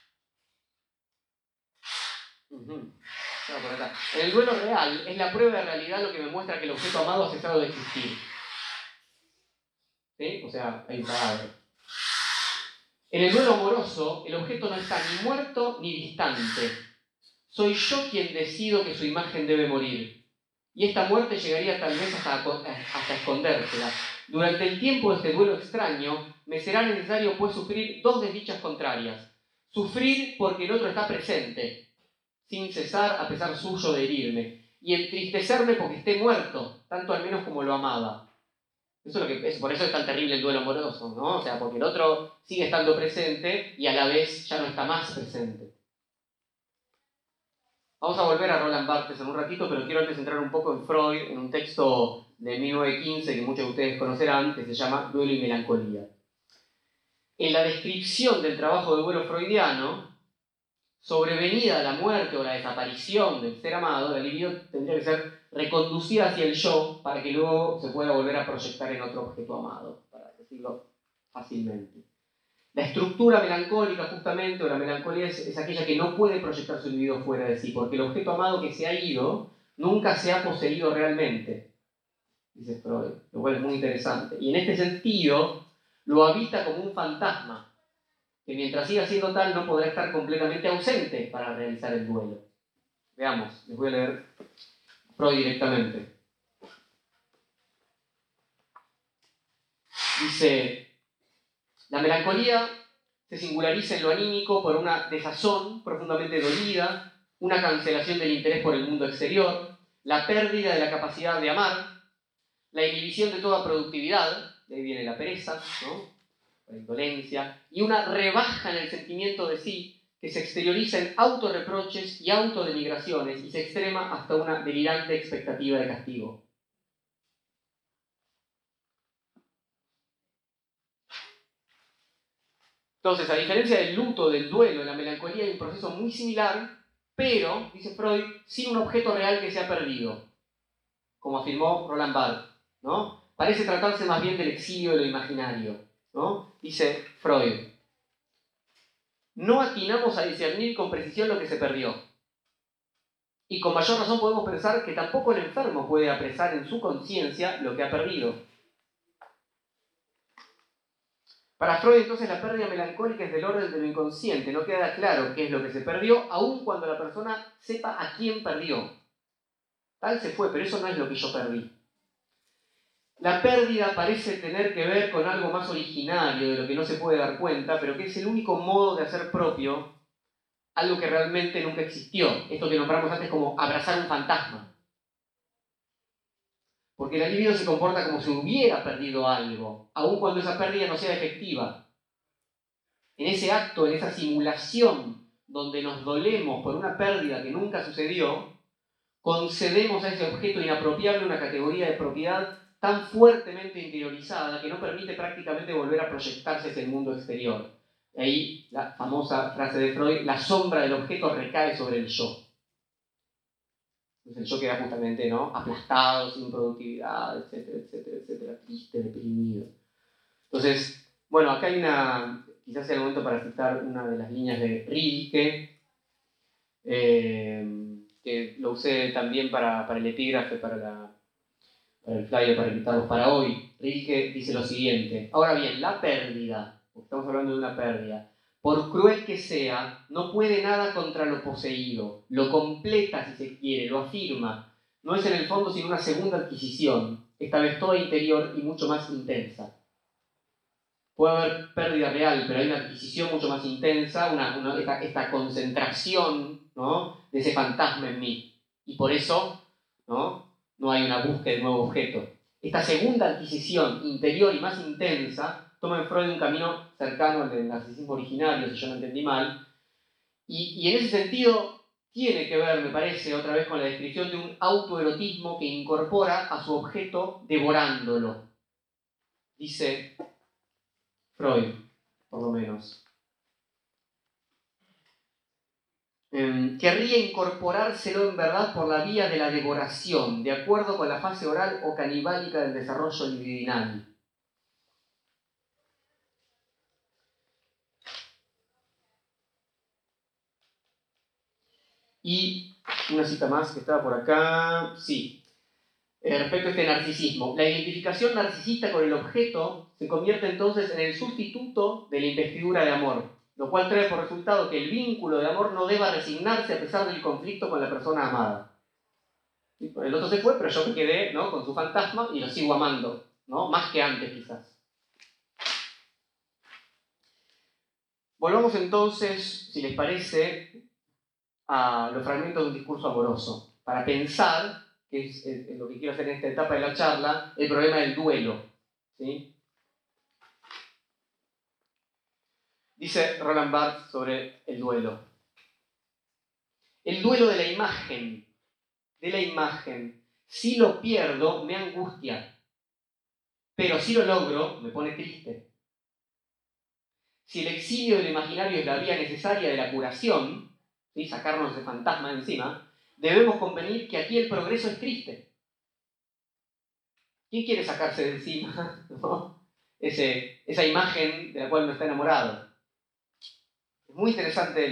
[SPEAKER 1] por acá. En el duelo real es la prueba de realidad lo que me muestra que el objeto amado ha cesado de existir. ¿Sí? O sea, hay un cadáver. En el duelo amoroso, el objeto no está ni muerto ni distante. Soy yo quien decido que su imagen debe morir. Y esta muerte llegaría tal vez hasta escondérsela. Durante el tiempo de este duelo extraño, me será necesario pues sufrir dos desdichas contrarias. Sufrir porque el otro está presente, sin cesar a pesar suyo de herirme, y entristecerme porque esté muerto, tanto al menos como lo amaba. Eso es lo que es, por eso es tan terrible el duelo amoroso, ¿no? O sea, porque el otro sigue estando presente y a la vez ya no está más presente. Vamos a volver a Roland Barthes en un ratito, pero quiero antes entrar un poco en Freud, en un texto de 1915 que muchos de ustedes conocerán, que se llama Duelo y Melancolía. En la descripción del trabajo de duelo freudiano, sobrevenida la muerte o la desaparición del ser amado, la libido tendría que ser reconducida hacia el yo para que luego se pueda volver a proyectar en otro objeto amado, para decirlo fácilmente. La estructura melancólica, justamente, o la melancolía, es aquella que no puede proyectar su individuo fuera de sí, porque el objeto amado que se ha ido nunca se ha poseído realmente, dice Freud, lo cual es muy interesante. Y en este sentido, lo habita como un fantasma, que mientras siga siendo tal no podrá estar completamente ausente para realizar el duelo. Veamos, les voy a leer Freud directamente. Dice: la melancolía se singulariza en lo anímico por una desazón profundamente dolida, una cancelación del interés por el mundo exterior, la pérdida de la capacidad de amar, la inhibición de toda productividad, de ahí viene la pereza, ¿no? La indolencia, y una rebaja en el sentimiento de sí que se exterioriza en autorreproches y autodenigraciones y se extrema hasta una delirante expectativa de castigo. Entonces, a diferencia del luto, del duelo, la melancolía hay un proceso muy similar, pero, dice Freud, sin un objeto real que se ha perdido, como afirmó Roland Barthes, ¿no? Parece tratarse más bien del exilio de lo imaginario, ¿no? Dice Freud: no atinamos a discernir con precisión lo que se perdió. Y con mayor razón podemos pensar que tampoco el enfermo puede apresar en su conciencia lo que ha perdido. Para Freud, entonces, la pérdida melancólica es del orden de lo inconsciente. No queda claro qué es lo que se perdió, aun cuando la persona sepa a quién perdió. Tal se fue, pero eso no es lo que yo perdí. La pérdida parece tener que ver con algo más originario, de lo que no se puede dar cuenta, pero que es el único modo de hacer propio algo que realmente nunca existió. Esto que nombramos antes como abrazar un fantasma. Porque la libido se comporta como si hubiera perdido algo, aun cuando esa pérdida no sea efectiva. En ese acto, en esa simulación donde nos dolemos por una pérdida que nunca sucedió, concedemos a ese objeto inapropiable una categoría de propiedad tan fuertemente interiorizada que no permite prácticamente volver a proyectarse hacia el mundo exterior. De ahí la famosa frase de Freud: la sombra del objeto recae sobre el yo. Entonces el yo queda justamente, ¿no?, aplastado, sin productividad, etcétera, etcétera, etcétera, triste, deprimido. Entonces, bueno, acá hay quizás sea el momento para citar una de las líneas de Rilke, que lo usé también para el epígrafe, para el flyer, para invitarlos para hoy. Rilke dice lo siguiente: ahora bien, la pérdida, porque estamos hablando de una pérdida, por cruel que sea, no puede nada contra lo poseído, lo completa si se quiere, lo afirma. No es en el fondo sino una segunda adquisición, esta vez toda interior y mucho más intensa. Puede haber pérdida real, pero hay una adquisición mucho más intensa, esta concentración, ¿no?, de ese fantasma en mí. Y por eso, no hay una búsqueda de nuevo objeto. Esta segunda adquisición interior y más intensa toma en Freud un camino cercano al del narcisismo originario, si yo no entendí mal, y en ese sentido tiene que ver, me parece, otra vez con la descripción de un autoerotismo que incorpora a su objeto devorándolo. Dice Freud, por lo menos. Querría incorporárselo en verdad por la vía de la devoración, de acuerdo con la fase oral o canibálica del desarrollo libidinal. Y una cita más que estaba por acá, sí, respecto a este narcisismo. La identificación narcisista con el objeto se convierte entonces en el sustituto de la investidura de amor, lo cual trae por resultado que el vínculo de amor no deba resignarse a pesar del conflicto con la persona amada. El otro se fue, pero yo me quedé, ¿no?, con su fantasma y lo sigo amando, ¿no?, más que antes quizás. Volvamos entonces, si les parece, a los fragmentos de un discurso amoroso, para pensar, que es lo que quiero hacer en esta etapa de la charla, el problema del duelo, ¿sí? Dice Roland Barthes sobre el duelo: el duelo de la imagen, si lo pierdo me angustia, pero si lo logro me pone triste. Si el exilio del imaginario es la vía necesaria de la curación, ¿sí?, sacarnos ese fantasma de encima, debemos convenir que aquí el progreso es triste. ¿Quién quiere sacarse de encima, ¿no?, esa imagen de la cual no está enamorado? Es muy interesante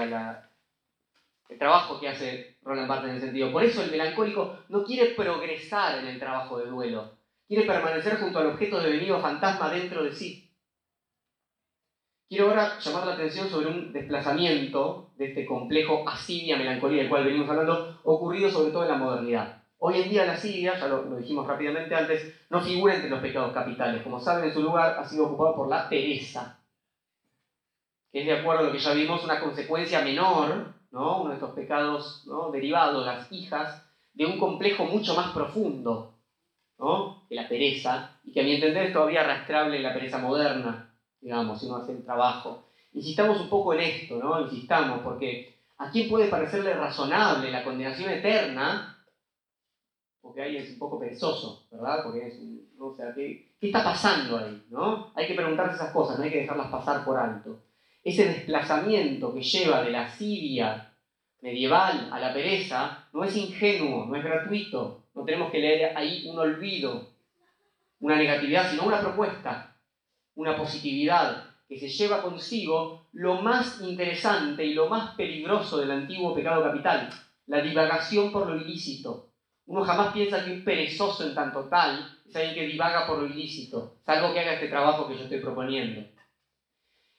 [SPEAKER 1] el trabajo que hace Roland Barthes en ese sentido. Por eso el melancólico no quiere progresar en el trabajo de duelo, quiere permanecer junto al objeto devenido fantasma dentro de sí. Quiero ahora llamar la atención sobre un desplazamiento de este complejo asidia-melancolía del cual venimos hablando, ocurrido sobre todo en la modernidad. Hoy en día la asidia, ya lo dijimos rápidamente antes, no figura entre los pecados capitales. Como saben, en su lugar ha sido ocupado por la pereza, que es, de acuerdo a lo que ya vimos, una consecuencia menor, ¿no?, uno de estos pecados, ¿no?, derivados, las hijas, de un complejo mucho más profundo, ¿no?, que la pereza, y que a mi entender es todavía arrastrable en la pereza moderna, digamos, si uno hace el trabajo. Insistamos un poco en esto, ¿no? Insistamos, porque ¿a quién puede parecerle razonable la condenación eterna? Porque ahí es un poco perezoso, ¿verdad? Porque es ¿no? O sea, ¿qué está pasando ahí, no? Hay que preguntarse esas cosas, no hay que dejarlas pasar por alto. Ese desplazamiento que lleva de la asidia medieval a la pereza no es ingenuo, no es gratuito. No tenemos que leer ahí un olvido, una negatividad, sino una propuesta, una positividad que se lleva consigo lo más interesante y lo más peligroso del antiguo pecado capital, la divagación por lo ilícito. Uno jamás piensa que un perezoso en tanto tal es alguien que divaga por lo ilícito, salvo que haga este trabajo que yo estoy proponiendo.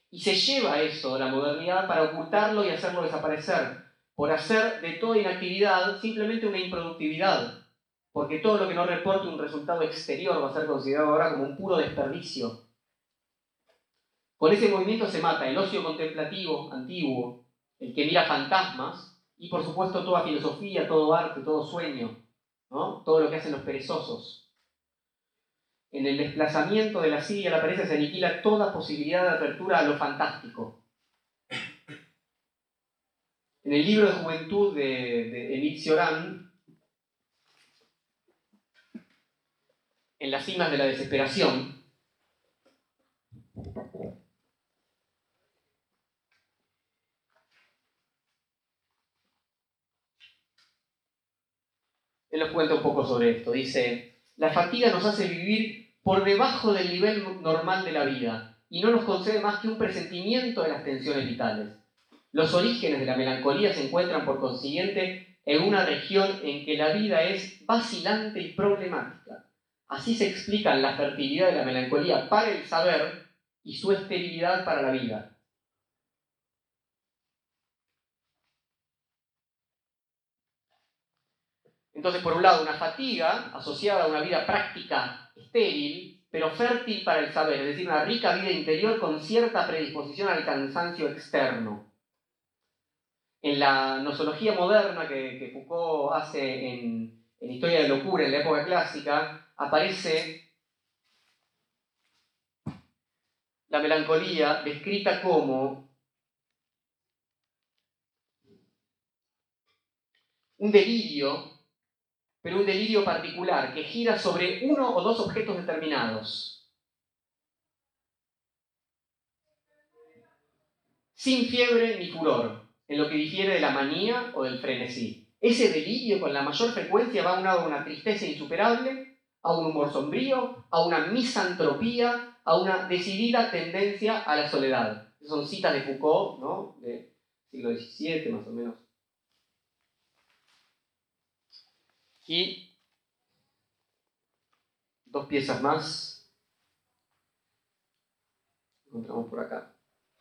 [SPEAKER 1] Y se lleva eso, la modernidad, para ocultarlo y hacerlo desaparecer, por hacer de toda inactividad simplemente una improductividad, porque todo lo que no reporte un resultado exterior va a ser considerado ahora como un puro desperdicio. Con ese movimiento se mata el ocio contemplativo antiguo, el que mira fantasmas, y por supuesto toda filosofía, todo arte, todo sueño, ¿no? Todo lo que hacen los perezosos. En el desplazamiento de la silla a la pereza se aniquila toda posibilidad de apertura a lo fantástico. En el libro de juventud de Émile Cioran, En las cimas de la desesperación, él nos cuenta un poco sobre esto. Dice, la fatiga nos hace vivir por debajo del nivel normal de la vida y no nos concede más que un presentimiento de las tensiones vitales. Los orígenes de la melancolía se encuentran, por consiguiente, en una región en que la vida es vacilante y problemática. Así se explican la fertilidad de la melancolía para el saber y su esterilidad para la vida. Entonces, por un lado, una fatiga asociada a una vida práctica estéril, pero fértil para el saber, es decir, una rica vida interior con cierta predisposición al cansancio externo. En la nosología moderna que Foucault hace en Historia de Locura, en la época clásica, aparece la melancolía descrita como un delirio, pero un delirio particular, que gira sobre uno o dos objetos determinados, sin fiebre ni furor, en lo que difiere de la manía o del frenesí. Ese delirio con la mayor frecuencia va aunado a una tristeza insuperable, a un humor sombrío, a una misantropía, a una decidida tendencia a la soledad. Son citas de Foucault, ¿no? Del siglo XVII, más o menos. Y dos piezas más. Encontramos por acá.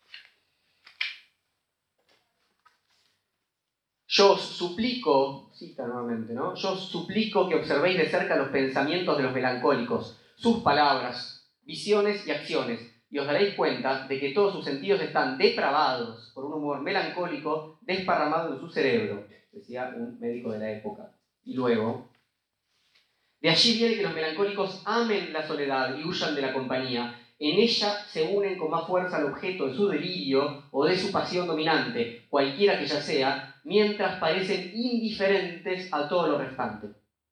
[SPEAKER 1] Yo os suplico, cita nuevamente, ¿no? Yo os suplico que observéis de cerca los pensamientos de los melancólicos, sus palabras, visiones y acciones, y os daréis cuenta de que todos sus sentidos están depravados por un humor melancólico desparramado en su cerebro, decía un médico de la época. Y luego, de allí viene que los melancólicos amen la soledad y huyan de la compañía. En ella se unen con más fuerza al objeto de su delirio o de su pasión dominante, cualquiera que ella sea, mientras parecen indiferentes a todo lo restante.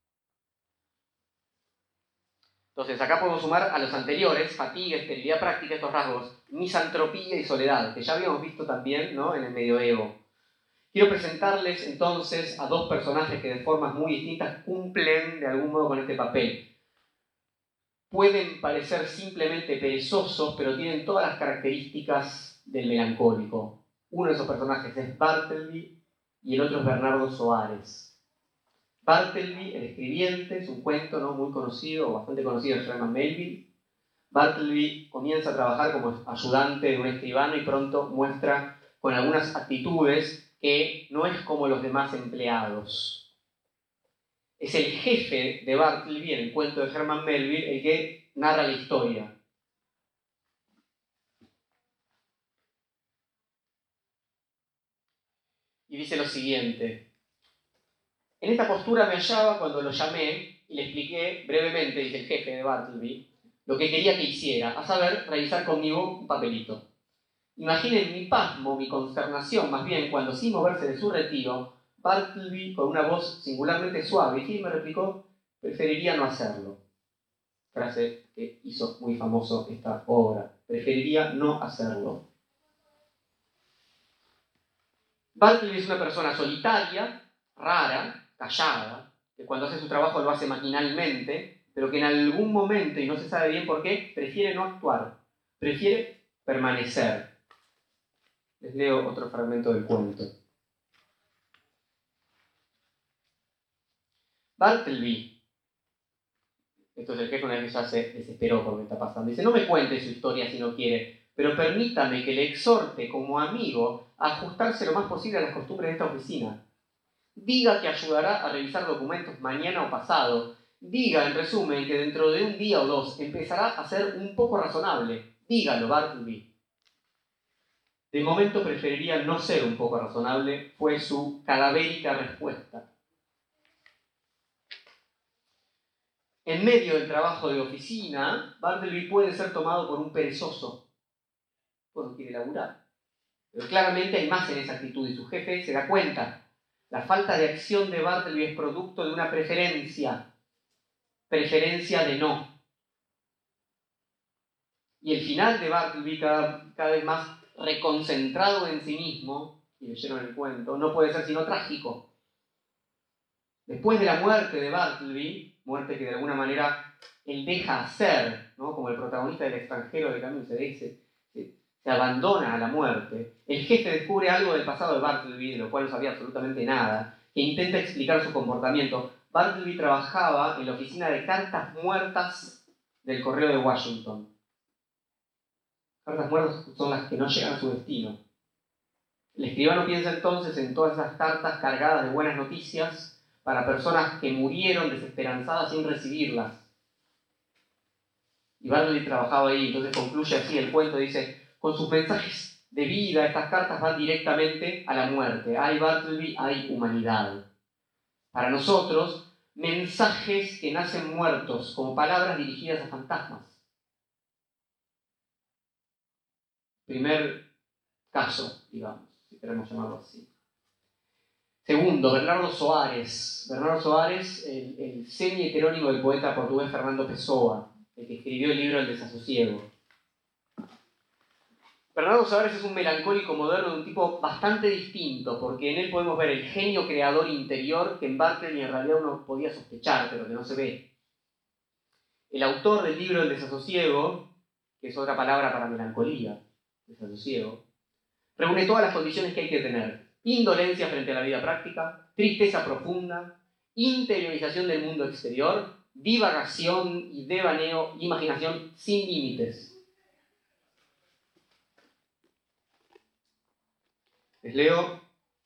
[SPEAKER 1] Entonces, acá podemos sumar a los anteriores, fatiga, esterilidad práctica, estos rasgos, misantropía y soledad, que ya habíamos visto también, ¿no?, en el medioevo. Quiero presentarles entonces a dos personajes que de formas muy distintas cumplen de algún modo con este papel. Pueden parecer simplemente perezosos, pero tienen todas las características del melancólico. Uno de esos personajes es Bartleby y el otro es Bernardo Soares. Bartleby, el escribiente, es un cuento, ¿no?, muy conocido, bastante conocido de Herman Melville. Bartleby comienza a trabajar como ayudante de un escribano y pronto muestra con algunas actitudes que no es como los demás empleados. Es el jefe de Bartleby, en el cuento de Herman Melville, el que narra la historia. Y dice lo siguiente. En esta postura me hallaba cuando lo llamé y le expliqué brevemente, dice el jefe de Bartleby, lo que quería que hiciera, a saber, revisar conmigo un papelito. Imaginen mi pasmo, mi consternación, más bien, cuando sin moverse de su retiro, Bartleby, con una voz singularmente suave y firme, replicó: preferiría no hacerlo. Frase que hizo muy famoso esta obra. Preferiría no hacerlo. Bartleby es una persona solitaria, rara, callada, que cuando hace su trabajo lo hace maquinalmente, pero que en algún momento, y no se sabe bien por qué, prefiere no actuar, prefiere permanecer. Les leo otro fragmento del cuento. Bartleby, esto es el jefe, una vez que ya se desesperó por lo que está pasando, dice: no me cuente su historia si no quiere, pero permítame que le exhorte como amigo a ajustarse lo más posible a las costumbres de esta oficina. Diga que ayudará a revisar documentos mañana o pasado. Diga, en resumen, que dentro de un día o dos empezará a ser un poco razonable. Dígalo, Bartleby. De momento preferiría no ser un poco razonable, fue su cadavérica respuesta. En medio del trabajo de oficina, Bartleby puede ser tomado por un perezoso cuando quiere laburar. Pero claramente hay más en esa actitud y su jefe se da cuenta. La falta de acción de Bartleby es producto de una preferencia de no. Y el final de Bartleby, cada vez más reconcentrado en sí mismo, y leyeron el cuento, no puede ser sino trágico. Después de la muerte de Bartleby, muerte que de alguna manera él deja hacer, ¿no? Como el protagonista del extranjero de Camus, se abandona a la muerte, el jefe descubre algo del pasado de Bartleby, de lo cual no sabía absolutamente nada, que intenta explicar su comportamiento. Bartleby trabajaba en la oficina de cartas muertas del correo de Washington. Cartas muertas son las que no llegan a su destino. El escribano piensa entonces en todas esas cartas cargadas de buenas noticias para personas que murieron desesperanzadas sin recibirlas. Y Bartleby trabajaba ahí, entonces concluye así el cuento, dice, con sus mensajes de vida, estas cartas van directamente a la muerte. Hay Bartleby, hay humanidad. Para nosotros, mensajes que nacen muertos, como palabras dirigidas a fantasmas. Primer caso, digamos, si queremos llamarlo así. Segundo, Bernardo Soares. Bernardo Soares, el semi-heterónimo del poeta portugués Fernando Pessoa, el que escribió el libro El desasosiego. Bernardo Soares es un melancólico moderno de un tipo bastante distinto, porque en él podemos ver el genio creador interior que en Bartleby en realidad uno podía sospechar, pero que no se ve. El autor del libro El desasosiego, que es otra palabra para melancolía, desasosiego, reúne todas las condiciones que hay que tener. Indolencia frente a la vida práctica, tristeza profunda, interiorización del mundo exterior, divagación y devaneo, imaginación sin límites. Les leo.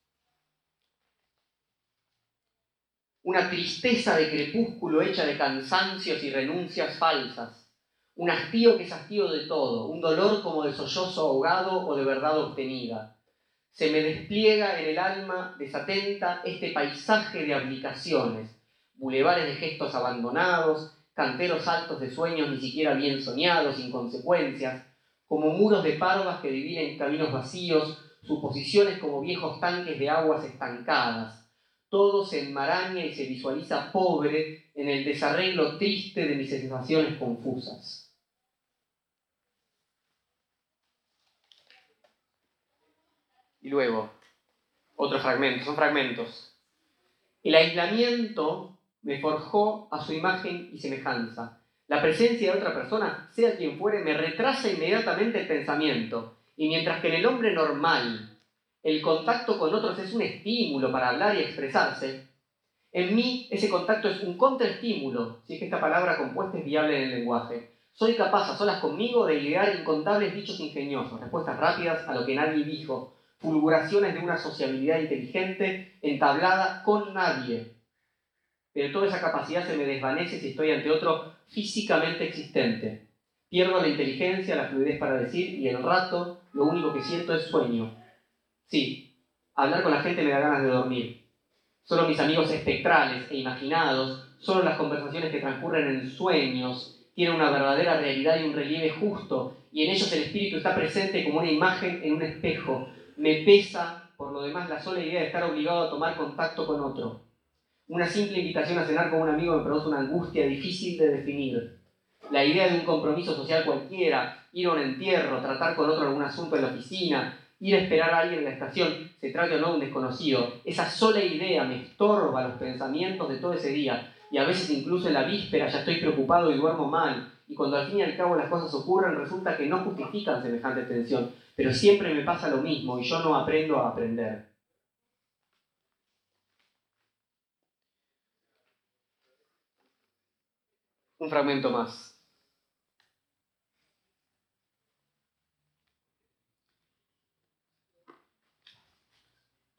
[SPEAKER 1] Una tristeza de crepúsculo hecha de cansancios y renuncias falsas. Un hastío que es hastío de todo, un dolor como de sollozo ahogado o de verdad obtenida. Se me despliega en el alma desatenta este paisaje de abdicaciones, bulevares de gestos abandonados, canteros altos de sueños ni siquiera bien soñados, inconsecuencias, como muros de parvas que dividen caminos vacíos, suposiciones como viejos tanques de aguas estancadas. Todo se enmaraña y se visualiza pobre en el desarreglo triste de mis sensaciones confusas. Y luego, otro fragmento, son fragmentos. El aislamiento me forjó a su imagen y semejanza. La presencia de otra persona, sea quien fuere, me retrasa inmediatamente el pensamiento. Y mientras que en el hombre normal el contacto con otros es un estímulo para hablar y expresarse, en mí ese contacto es un contraestímulo, si es que esta palabra compuesta es viable en el lenguaje. Soy capaz a solas conmigo de idear incontables dichos ingeniosos, respuestas rápidas a lo que nadie dijo, fulguraciones de una sociabilidad inteligente entablada con nadie. Pero toda esa capacidad se me desvanece si estoy ante otro físicamente existente. Pierdo la inteligencia, la fluidez para decir y el rato lo único que siento es sueño. Sí, hablar con la gente me da ganas de dormir. Solo mis amigos espectrales e imaginados, solo las conversaciones que transcurren en sueños, tienen una verdadera realidad y un relieve justo, y en ellos el espíritu está presente como una imagen en un espejo. Me pesa, por lo demás, la sola idea de estar obligado a tomar contacto con otro. Una simple invitación a cenar con un amigo me produce una angustia difícil de definir. La idea de un compromiso social cualquiera, ir a un entierro, tratar con otro algún asunto en la oficina, ir a esperar a alguien en la estación, se trate o no de un desconocido. Esa sola idea me estorba los pensamientos de todo ese día. Y a veces incluso en la víspera ya estoy preocupado y duermo mal. Y cuando al fin y al cabo las cosas ocurren, resulta que no justifican semejante tensión. Pero siempre me pasa lo mismo y yo no aprendo a aprender. Un fragmento más.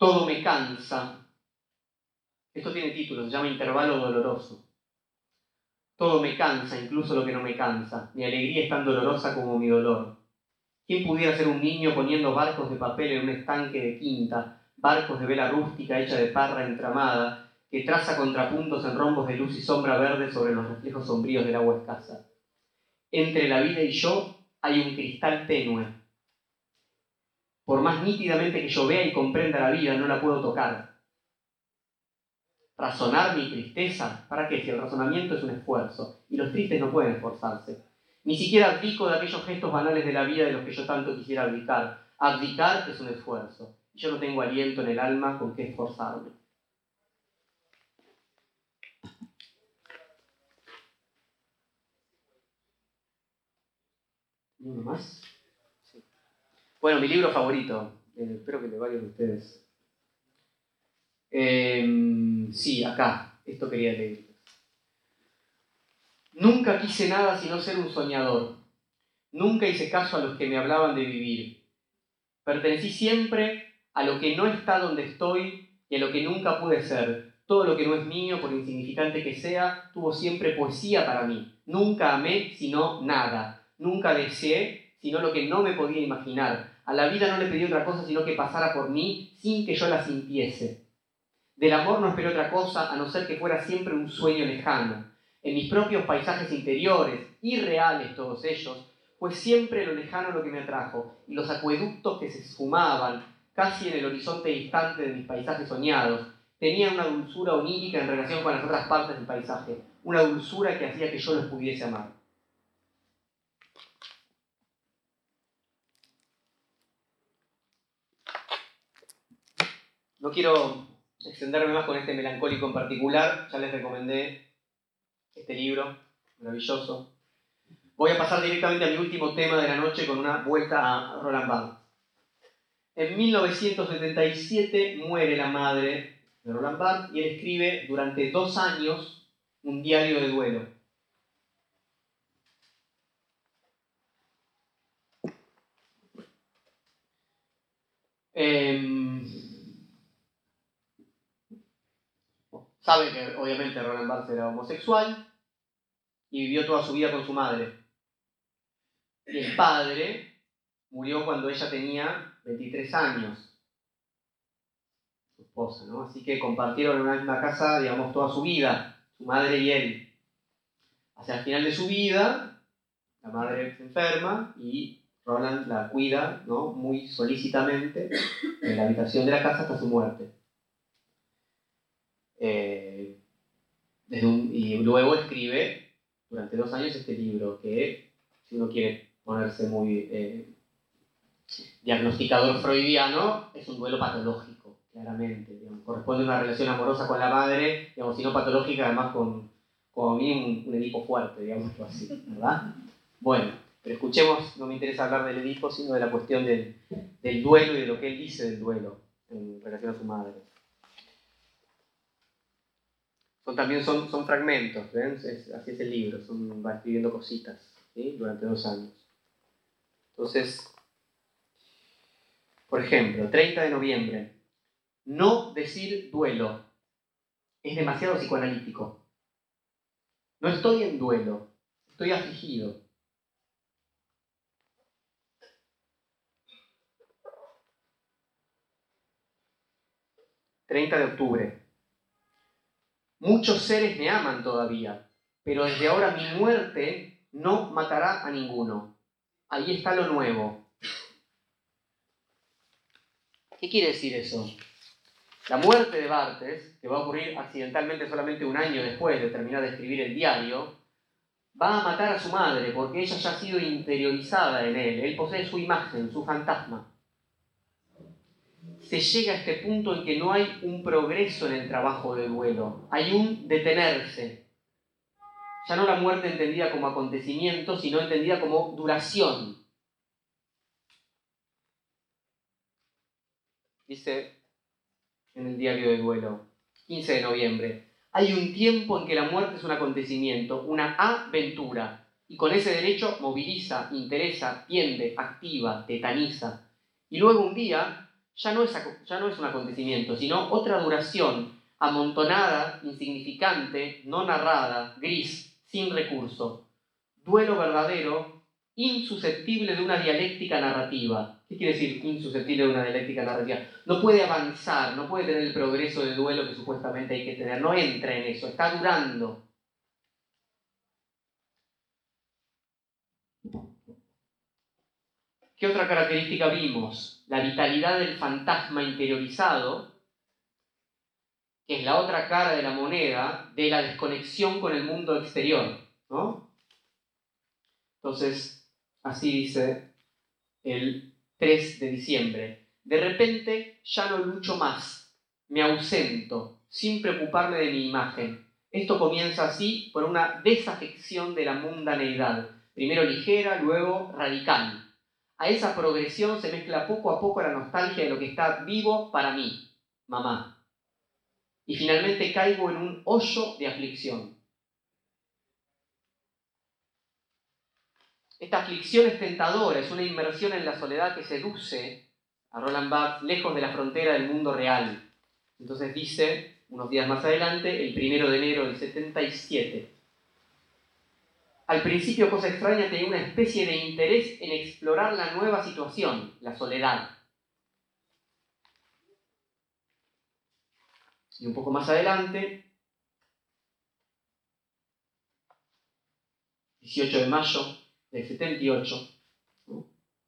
[SPEAKER 1] Todo me cansa. Esto tiene título, se llama Intervalo doloroso. Todo me cansa, incluso lo que no me cansa. Mi alegría es tan dolorosa como mi dolor. ¿Quién pudiera ser un niño poniendo barcos de papel en un estanque de quinta, barcos de vela rústica hecha de parra entramada, que traza contrapuntos en rombos de luz y sombra verde sobre los reflejos sombríos del agua escasa? Entre la vida y yo hay un cristal tenue. Por más nítidamente que yo vea y comprenda la vida, no la puedo tocar. Razonar mi tristeza, ¿para qué? Si el razonamiento es un esfuerzo, y los tristes no pueden esforzarse. Ni siquiera abdico de aquellos gestos banales de la vida de los que yo tanto quisiera abdicar. Abdicar es un esfuerzo, y yo no tengo aliento en el alma con qué esforzarme. ¿Uno más? Sí. Bueno, mi libro favorito, espero que le varios de ustedes. Sí, acá, esto quería leer. Nunca quise nada sino ser un soñador. Nunca hice caso a los que me hablaban de vivir. Pertenecí siempre a lo que no está donde estoy y a lo que nunca pude ser. Todo lo que no es mío, por insignificante que sea, tuvo siempre poesía para mí. Nunca amé sino nada. Nunca deseé sino lo que no me podía imaginar. A la vida no le pedí otra cosa sino que pasara por mí sin que yo la sintiese. Del amor no esperé otra cosa a no ser que fuera siempre un sueño lejano. En mis propios paisajes interiores, irreales todos ellos, fue siempre lo lejano lo que me atrajo, y los acueductos que se esfumaban casi en el horizonte distante de mis paisajes soñados tenían una dulzura onírica en relación con las otras partes del paisaje, una dulzura que hacía que yo los pudiese amar. No quiero extenderme más con este melancólico en particular, ya les recomendé este libro maravilloso. Voy a pasar directamente a mi último tema de la noche con una vuelta a Roland Barthes. En 1977 muere la madre de Roland Barthes y él escribe durante 2 años un diario de duelo. Sabe que obviamente Roland Barthes era homosexual y vivió toda su vida con su madre. Y el padre murió cuando ella tenía 23 años, su esposa, ¿no? Así que compartieron en una misma casa, digamos, toda su vida, su madre y él. Hacia el final de su vida, la madre se enferma y Roland la cuida, ¿no?, muy solícitamente en la habitación de la casa hasta su muerte. Y luego escribe durante 2 años este libro que, si uno quiere ponerse muy diagnosticador freudiano, es un duelo patológico, claramente. Digamos, corresponde a una relación amorosa con la madre, digamos, si no patológica, además con como a mí un Edipo fuerte, digámoslo así, ¿verdad? Bueno, pero escuchemos, no me interesa hablar del Edipo, sino de la cuestión del duelo y de lo que él dice del duelo en relación a su madre. Son fragmentos, ¿ven? Así es el libro, va escribiendo cositas, ¿sí?, durante 2 años. Entonces, por ejemplo, 30 de noviembre, no decir duelo es demasiado psicoanalítico. No estoy en duelo, estoy afligido. 30 de octubre. Muchos seres me aman todavía, pero desde ahora mi muerte no matará a ninguno. Ahí está lo nuevo. ¿Qué quiere decir eso? La muerte de Barthes, que va a ocurrir accidentalmente solamente 1 año después de terminar de escribir el diario, va a matar a su madre porque ella ya ha sido interiorizada en él. Él posee su imagen, su fantasma. Se llega a este punto en que no hay un progreso en el trabajo de duelo, hay un detenerse. Ya no la muerte entendida como acontecimiento, sino entendida como duración. Dice en el diario de duelo, 15 de noviembre, hay un tiempo en que la muerte es un acontecimiento, una aventura, y con ese derecho moviliza, interesa, tiende, activa, tetaniza. Y luego un día, ya no es un acontecimiento, sino otra duración, amontonada, insignificante, no narrada, gris, sin recurso. Duelo verdadero, insusceptible de una dialéctica narrativa. ¿Qué quiere decir insusceptible de una dialéctica narrativa? No puede avanzar, no puede tener el progreso de duelo que supuestamente hay que tener, no entra en eso, está durando. ¿Qué otra característica vimos? La vitalidad del fantasma interiorizado, que es la otra cara de la moneda de la desconexión con el mundo exterior, ¿no? Entonces, así dice el 3 de diciembre. De repente ya no lucho más, me ausento, sin preocuparme de mi imagen. Esto comienza así por una desafección de la mundaneidad, primero ligera, luego radical. A esa progresión se mezcla poco a poco la nostalgia de lo que está vivo para mí, mamá. Y finalmente caigo en un hoyo de aflicción. Esta aflicción es tentadora, es una inmersión en la soledad que seduce a Roland Barthes lejos de la frontera del mundo real. Entonces dice, unos días más adelante, el 1 de enero del 77, al principio, cosa extraña, tenía una especie de interés en explorar la nueva situación, la soledad. Y un poco más adelante, 18 de mayo del 78, ¿no?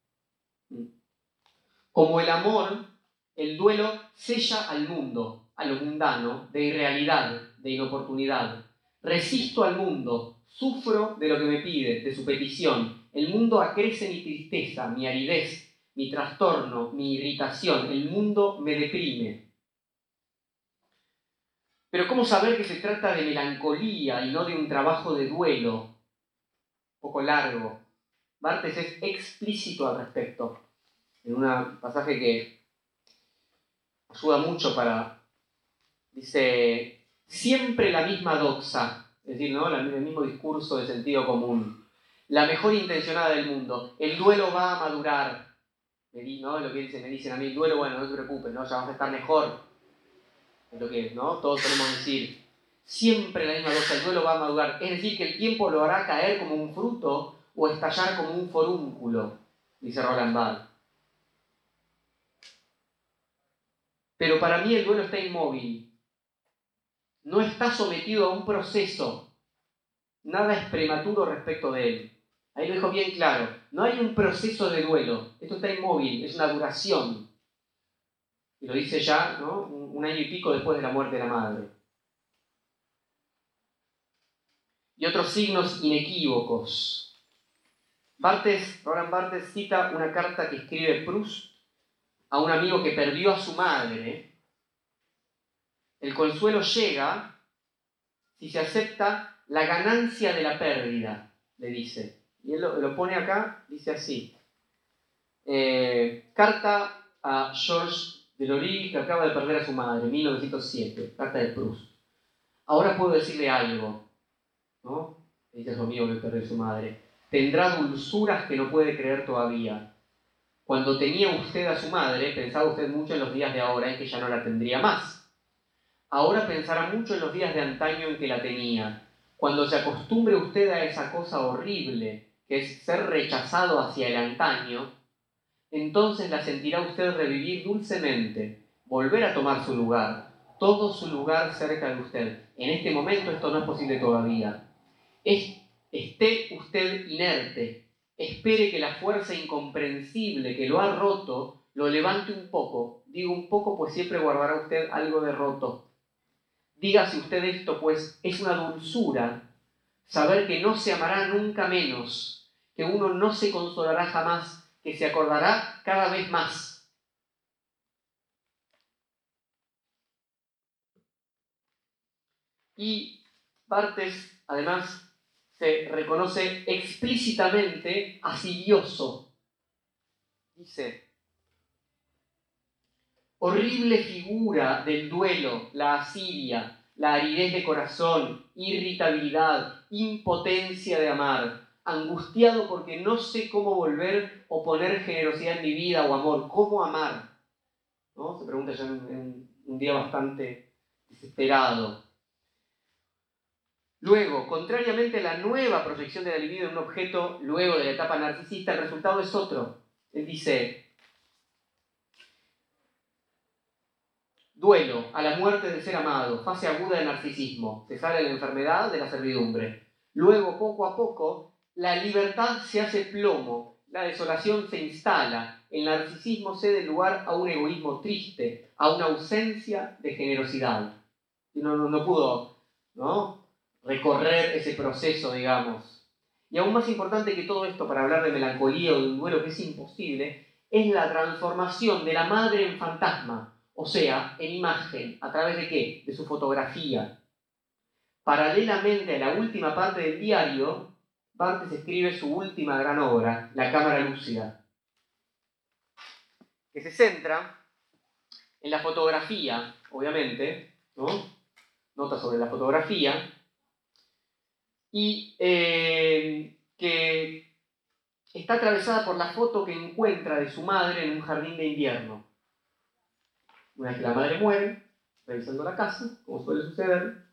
[SPEAKER 1] Como el amor, el duelo sella al mundo, a lo mundano, de irrealidad, de inoportunidad. Resisto al mundo, sufro de lo que me pide, de su petición. El mundo acrece mi tristeza, mi aridez, mi trastorno, mi irritación. El mundo me deprime. Pero ¿cómo saber que se trata de melancolía y no de un trabajo de duelo? Un poco largo. Barthes es explícito al respecto. En un pasaje que ayuda mucho dice, siempre la misma doxa, es decir, ¿no? El mismo discurso de sentido común. La mejor intencionada del mundo. El duelo va a madurar. ¿No? Lo que me dicen a mí, el duelo, bueno, no te preocupes, ¿no? Ya vamos a estar mejor. Es lo que, ¿no? Todos podemos decir. Siempre la misma doxa, el duelo va a madurar. Es decir, que el tiempo lo hará caer como un fruto o estallar como un forúnculo, dice Roland Barthes. Pero para mí el duelo está inmóvil. No está sometido a un proceso. Nada es prematuro respecto de él. Ahí lo dejo bien claro. No hay un proceso de duelo. Esto está inmóvil, es una duración. Y lo dice ya, ¿no? Un año y pico después de la muerte de la madre. Y otros signos inequívocos. Roland Barthes cita una carta que escribe Proust a un amigo que perdió a su madre. El consuelo llega si se acepta la ganancia de la pérdida, le dice. Y él lo pone acá, dice así. Carta a Georges Delory, que acaba de perder a su madre, 1907, carta de Proust. Ahora puedo decirle algo, ¿no? Le dice a su amigo que perdió a su madre. Tendrá dulzuras que no puede creer todavía. Cuando tenía usted a su madre, pensaba usted mucho en los días de ahora en que ya no la tendría más. Ahora pensará mucho en los días de antaño en que la tenía. Cuando se acostumbre usted a esa cosa horrible, que es ser rechazado hacia el antaño, entonces la sentirá usted revivir dulcemente, volver a tomar su lugar, todo su lugar cerca de usted. En este momento esto no es posible todavía. Esté usted inerte, espere que la fuerza incomprensible que lo ha roto lo levante un poco. Digo un poco, pues siempre guardará usted algo de roto. Dígase usted esto, pues es una dulzura saber que no se amará nunca menos, que uno no se consolará jamás, que se acordará cada vez más. Y Barthes, además, se reconoce explícitamente asidioso. Dice, horrible figura del duelo, la asidia, la aridez de corazón, irritabilidad, impotencia de amar, angustiado porque no sé cómo volver o poner generosidad en mi vida o amor, cómo amar. ¿no? Se pregunta ella en un día bastante desesperado. Luego, contrariamente a la nueva proyección de la libido en un objeto luego de la etapa narcisista, el resultado es otro. Él dice: duelo a la muerte del ser amado, fase aguda de narcisismo, se sale de la enfermedad de la servidumbre. Luego, poco a poco, la libertad se hace plomo, la desolación se instala, el narcisismo cede lugar a un egoísmo triste, a una ausencia de generosidad. Y no pudo, ¿no?, recorrer ese proceso, digamos. Y aún más importante que todo esto para hablar de melancolía o de un duelo que es imposible, es la transformación de la madre en fantasma, o sea, en imagen. ¿A través de qué? De su fotografía. Paralelamente a la última parte del diario, Barthes escribe su última gran obra, La cámara lúcida, que se centra en la fotografía, obviamente, ¿no? Nota sobre la fotografía, y que está atravesada por la foto que encuentra de su madre en un jardín de invierno. Una vez que la madre muere, revisando la casa, como suele suceder,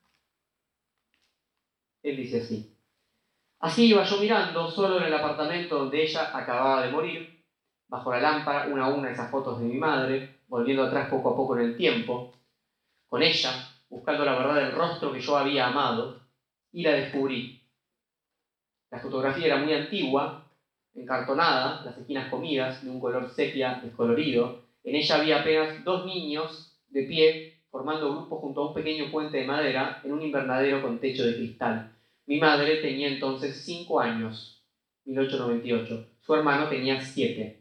[SPEAKER 1] él dice así: así iba yo mirando, solo en el apartamento donde ella acababa de morir, bajo la lámpara, una a una esas fotos de mi madre, volviendo atrás poco a poco en el tiempo, con ella, buscando la verdad del rostro que yo había amado, y la descubrí. La fotografía era muy antigua, encartonada, las esquinas comidas, de un color sepia descolorido. En ella había apenas 2 niños de pie, formando grupo junto a un pequeño puente de madera en un invernadero con techo de cristal. Mi madre tenía entonces 5 años, 1898. Su hermano tenía 7.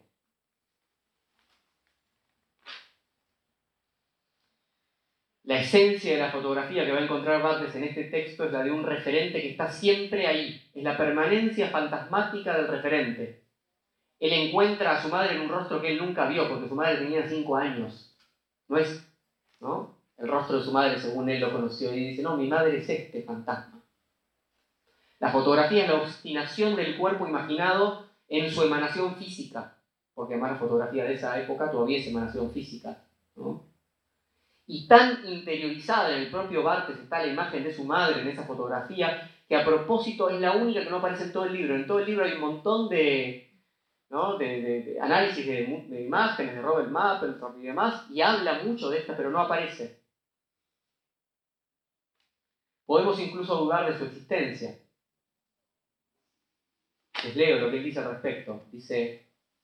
[SPEAKER 1] La esencia de la fotografía que va a encontrar Barthes en este texto es la de un referente que está siempre ahí. Es la permanencia fantasmática del referente. Él encuentra a su madre en un rostro que él nunca vio, porque su madre tenía 5 años. No es, ¿no?, el rostro de su madre según él lo conoció. Y dice: no, mi madre es este fantasma. La fotografía es la obstinación del cuerpo imaginado en su emanación física, porque además la fotografía de esa época todavía es emanación física, ¿no? Y tan interiorizada en el propio Barthes está la imagen de su madre en esa fotografía, que a propósito es la única que no aparece en todo el libro. En todo el libro hay un montón de, ¿no?, de análisis de imágenes de Robert Mapplethorpe y demás, y habla mucho de esta, pero no aparece. Podemos incluso dudar de su existencia. Les leo lo que él dice al respecto. Dice: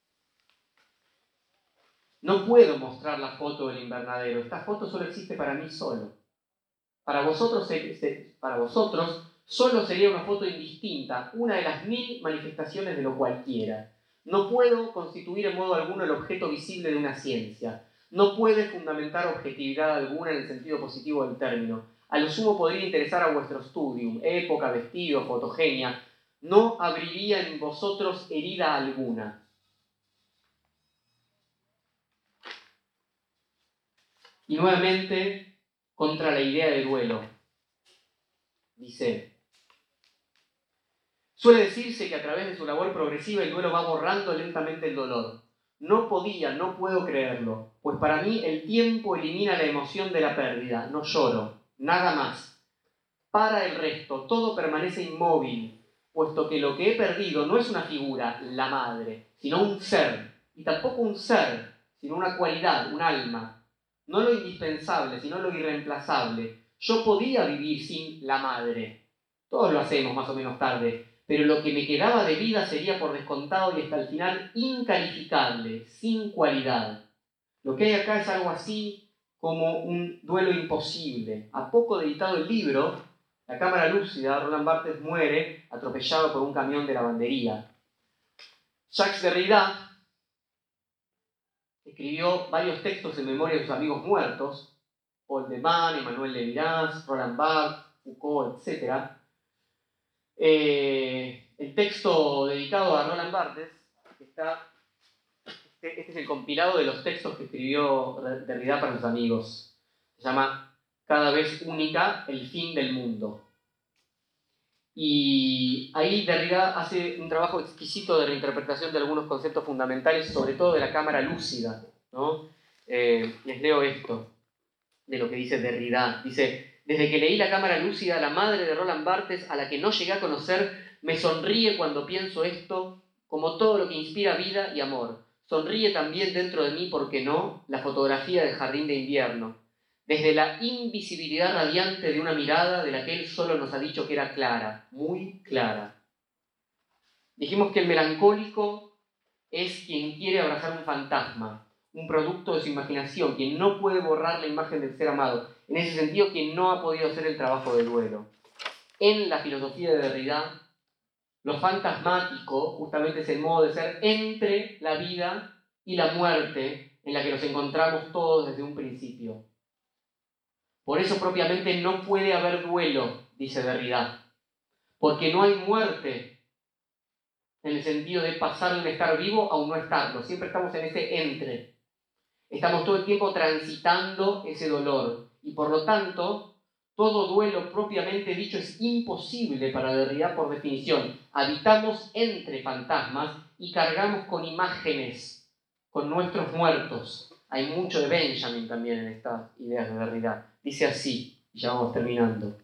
[SPEAKER 1] no puedo mostrar la foto del invernadero. Esta foto solo existe para mí solo. Para vosotros solo sería una foto indistinta, una de las 1000 manifestaciones de lo cualquiera. No puedo constituir en modo alguno el objeto visible de una ciencia. No puede fundamentar objetividad alguna en el sentido positivo del término. A lo sumo podría interesar a vuestro studium, época, vestido, fotogenia. No abriría en vosotros herida alguna. Y nuevamente, contra la idea de duelo. Dice: suele decirse que a través de su labor progresiva el duelo va borrando lentamente el dolor. No puedo creerlo, pues para mí el tiempo elimina la emoción de la pérdida. No lloro, nada más. Para el resto, todo permanece inmóvil, puesto que lo que he perdido no es una figura, la madre, sino un ser. Y tampoco un ser, sino una cualidad, un alma. No lo indispensable, sino lo irreemplazable. Yo podía vivir sin la madre. Todos lo hacemos más o menos tarde. Pero lo que me quedaba de vida sería por descontado y hasta el final incalificable, sin cualidad. Lo que hay acá es algo así como un duelo imposible. A poco de editado el libro, La cámara lúcida, Roland Barthes muere atropellado por un camión de lavandería. Jacques Derrida escribió varios textos en memoria de sus amigos muertos, Paul de Man, Emmanuel Levinas, Roland Barthes, Foucault, etc. El texto dedicado a Roland Barthes este es el compilado de los textos que escribió Derrida para sus amigos. Se llama Cada vez única, el fin del mundo. Y ahí Derrida hace un trabajo exquisito de reinterpretación de algunos conceptos fundamentales, sobre todo de la cámara lúcida, ¿no? Les leo esto de lo que dice Derrida. Dice: desde que leí La cámara lúcida, la madre de Roland Barthes, a la que no llegué a conocer, me sonríe cuando pienso esto, como todo lo que inspira vida y amor. Sonríe también dentro de mí, ¿por qué no?, la fotografía del jardín de invierno. Desde la invisibilidad radiante de una mirada de la que él solo nos ha dicho que era clara, muy clara. Dijimos que el melancólico es quien quiere abrazar un fantasma, un producto de su imaginación, quien no puede borrar la imagen del ser amado. En ese sentido, quien no ha podido hacer el trabajo del duelo. En la filosofía de Derrida, lo fantasmático justamente es el modo de ser entre la vida y la muerte en la que nos encontramos todos desde un principio. Por eso propiamente no puede haber duelo, dice Derrida, porque no hay muerte en el sentido de pasar de un estar vivo a un no estarlo. Siempre estamos en ese entre. Estamos todo el tiempo transitando ese dolor y por lo tanto todo duelo propiamente dicho es imposible para Derrida por definición. Habitamos entre fantasmas y cargamos con imágenes, con nuestros muertos. Hay mucho de Benjamin también en estas ideas de Derrida. Dice así, y ya vamos terminando.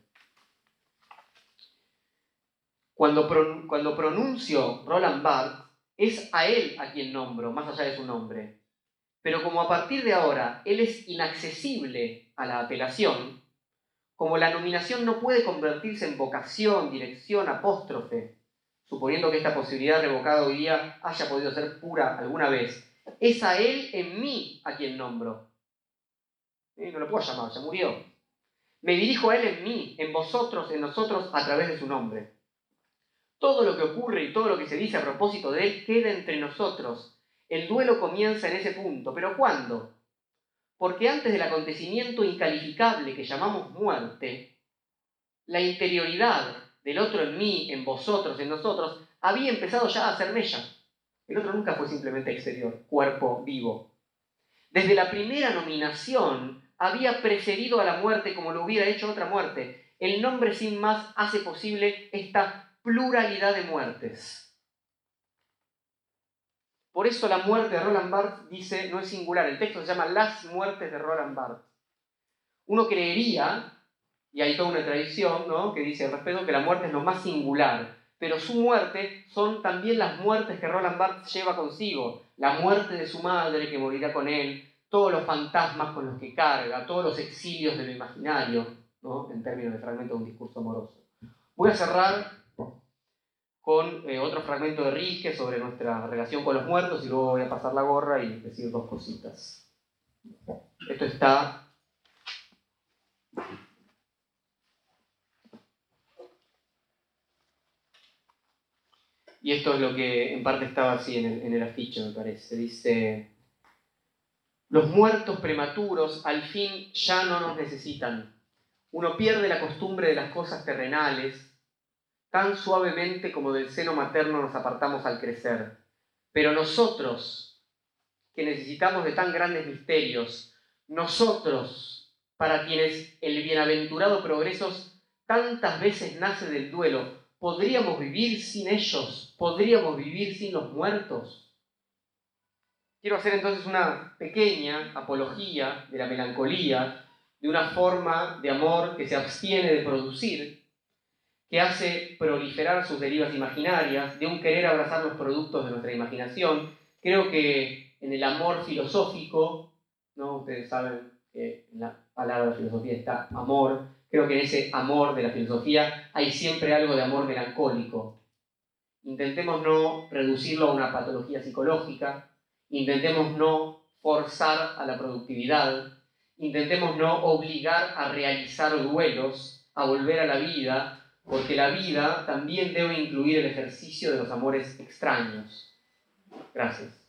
[SPEAKER 1] Cuando pronuncio Roland Barthes, es a él a quien nombro, más allá de su nombre. Pero como a partir de ahora él es inaccesible a la apelación, como la nominación no puede convertirse en vocación, dirección, apóstrofe, suponiendo que esta posibilidad revocada hoy día haya podido ser pura alguna vez, es a él en mí a quien nombro. No lo puedo llamar, ya murió. Me dirijo a él en mí, en vosotros, en nosotros, a través de su nombre. Todo lo que ocurre y todo lo que se dice a propósito de él queda entre nosotros. El duelo comienza en ese punto. ¿Pero cuándo? Porque antes del acontecimiento incalificable que llamamos muerte, la interioridad del otro en mí, en vosotros, en nosotros, había empezado ya a hacer mella. El otro nunca fue simplemente exterior, cuerpo vivo. Desde la primera nominación había precedido a la muerte como lo hubiera hecho otra muerte. El nombre sin más hace posible esta pluralidad de muertes. Por eso la muerte de Roland Barthes dice, no es singular, el texto se llama Las muertes de Roland Barthes. Uno creería, y hay toda una tradición, ¿no?, que dice al respecto que la muerte es lo más singular, pero su muerte son también las muertes que Roland Barthes lleva consigo, la muerte de su madre que morirá con él, todos los fantasmas con los que carga, todos los exilios de lo imaginario, ¿no?, en términos de fragmento de un discurso amoroso. Voy a cerrar con otro fragmento de Rilke sobre nuestra relación con los muertos y luego voy a pasar la gorra y decir dos cositas. Esto está y esto es lo que en parte estaba así en el afiche, me parece. Dice: los muertos prematuros al fin ya no nos necesitan. Uno pierde la costumbre de las cosas terrenales, tan suavemente como del seno materno nos apartamos al crecer. Pero nosotros, que necesitamos de tan grandes misterios, nosotros, para quienes el bienaventurado progreso tantas veces nace del duelo, ¿podríamos vivir sin ellos? ¿Podríamos vivir sin los muertos? Quiero hacer entonces una pequeña apología de la melancolía, de una forma de amor que se abstiene de producir, que hace proliferar sus derivas imaginarias, de un querer abrazar los productos de nuestra imaginación. Creo que en el amor filosófico, ¿no?, ustedes saben que en la palabra filosofía está amor, creo que en ese amor de la filosofía hay siempre algo de amor melancólico. Intentemos no reducirlo a una patología psicológica, intentemos no forzar a la productividad, intentemos no obligar a realizar duelos, a volver a la vida, porque la vida también debe incluir el ejercicio de los amores extraños. Gracias.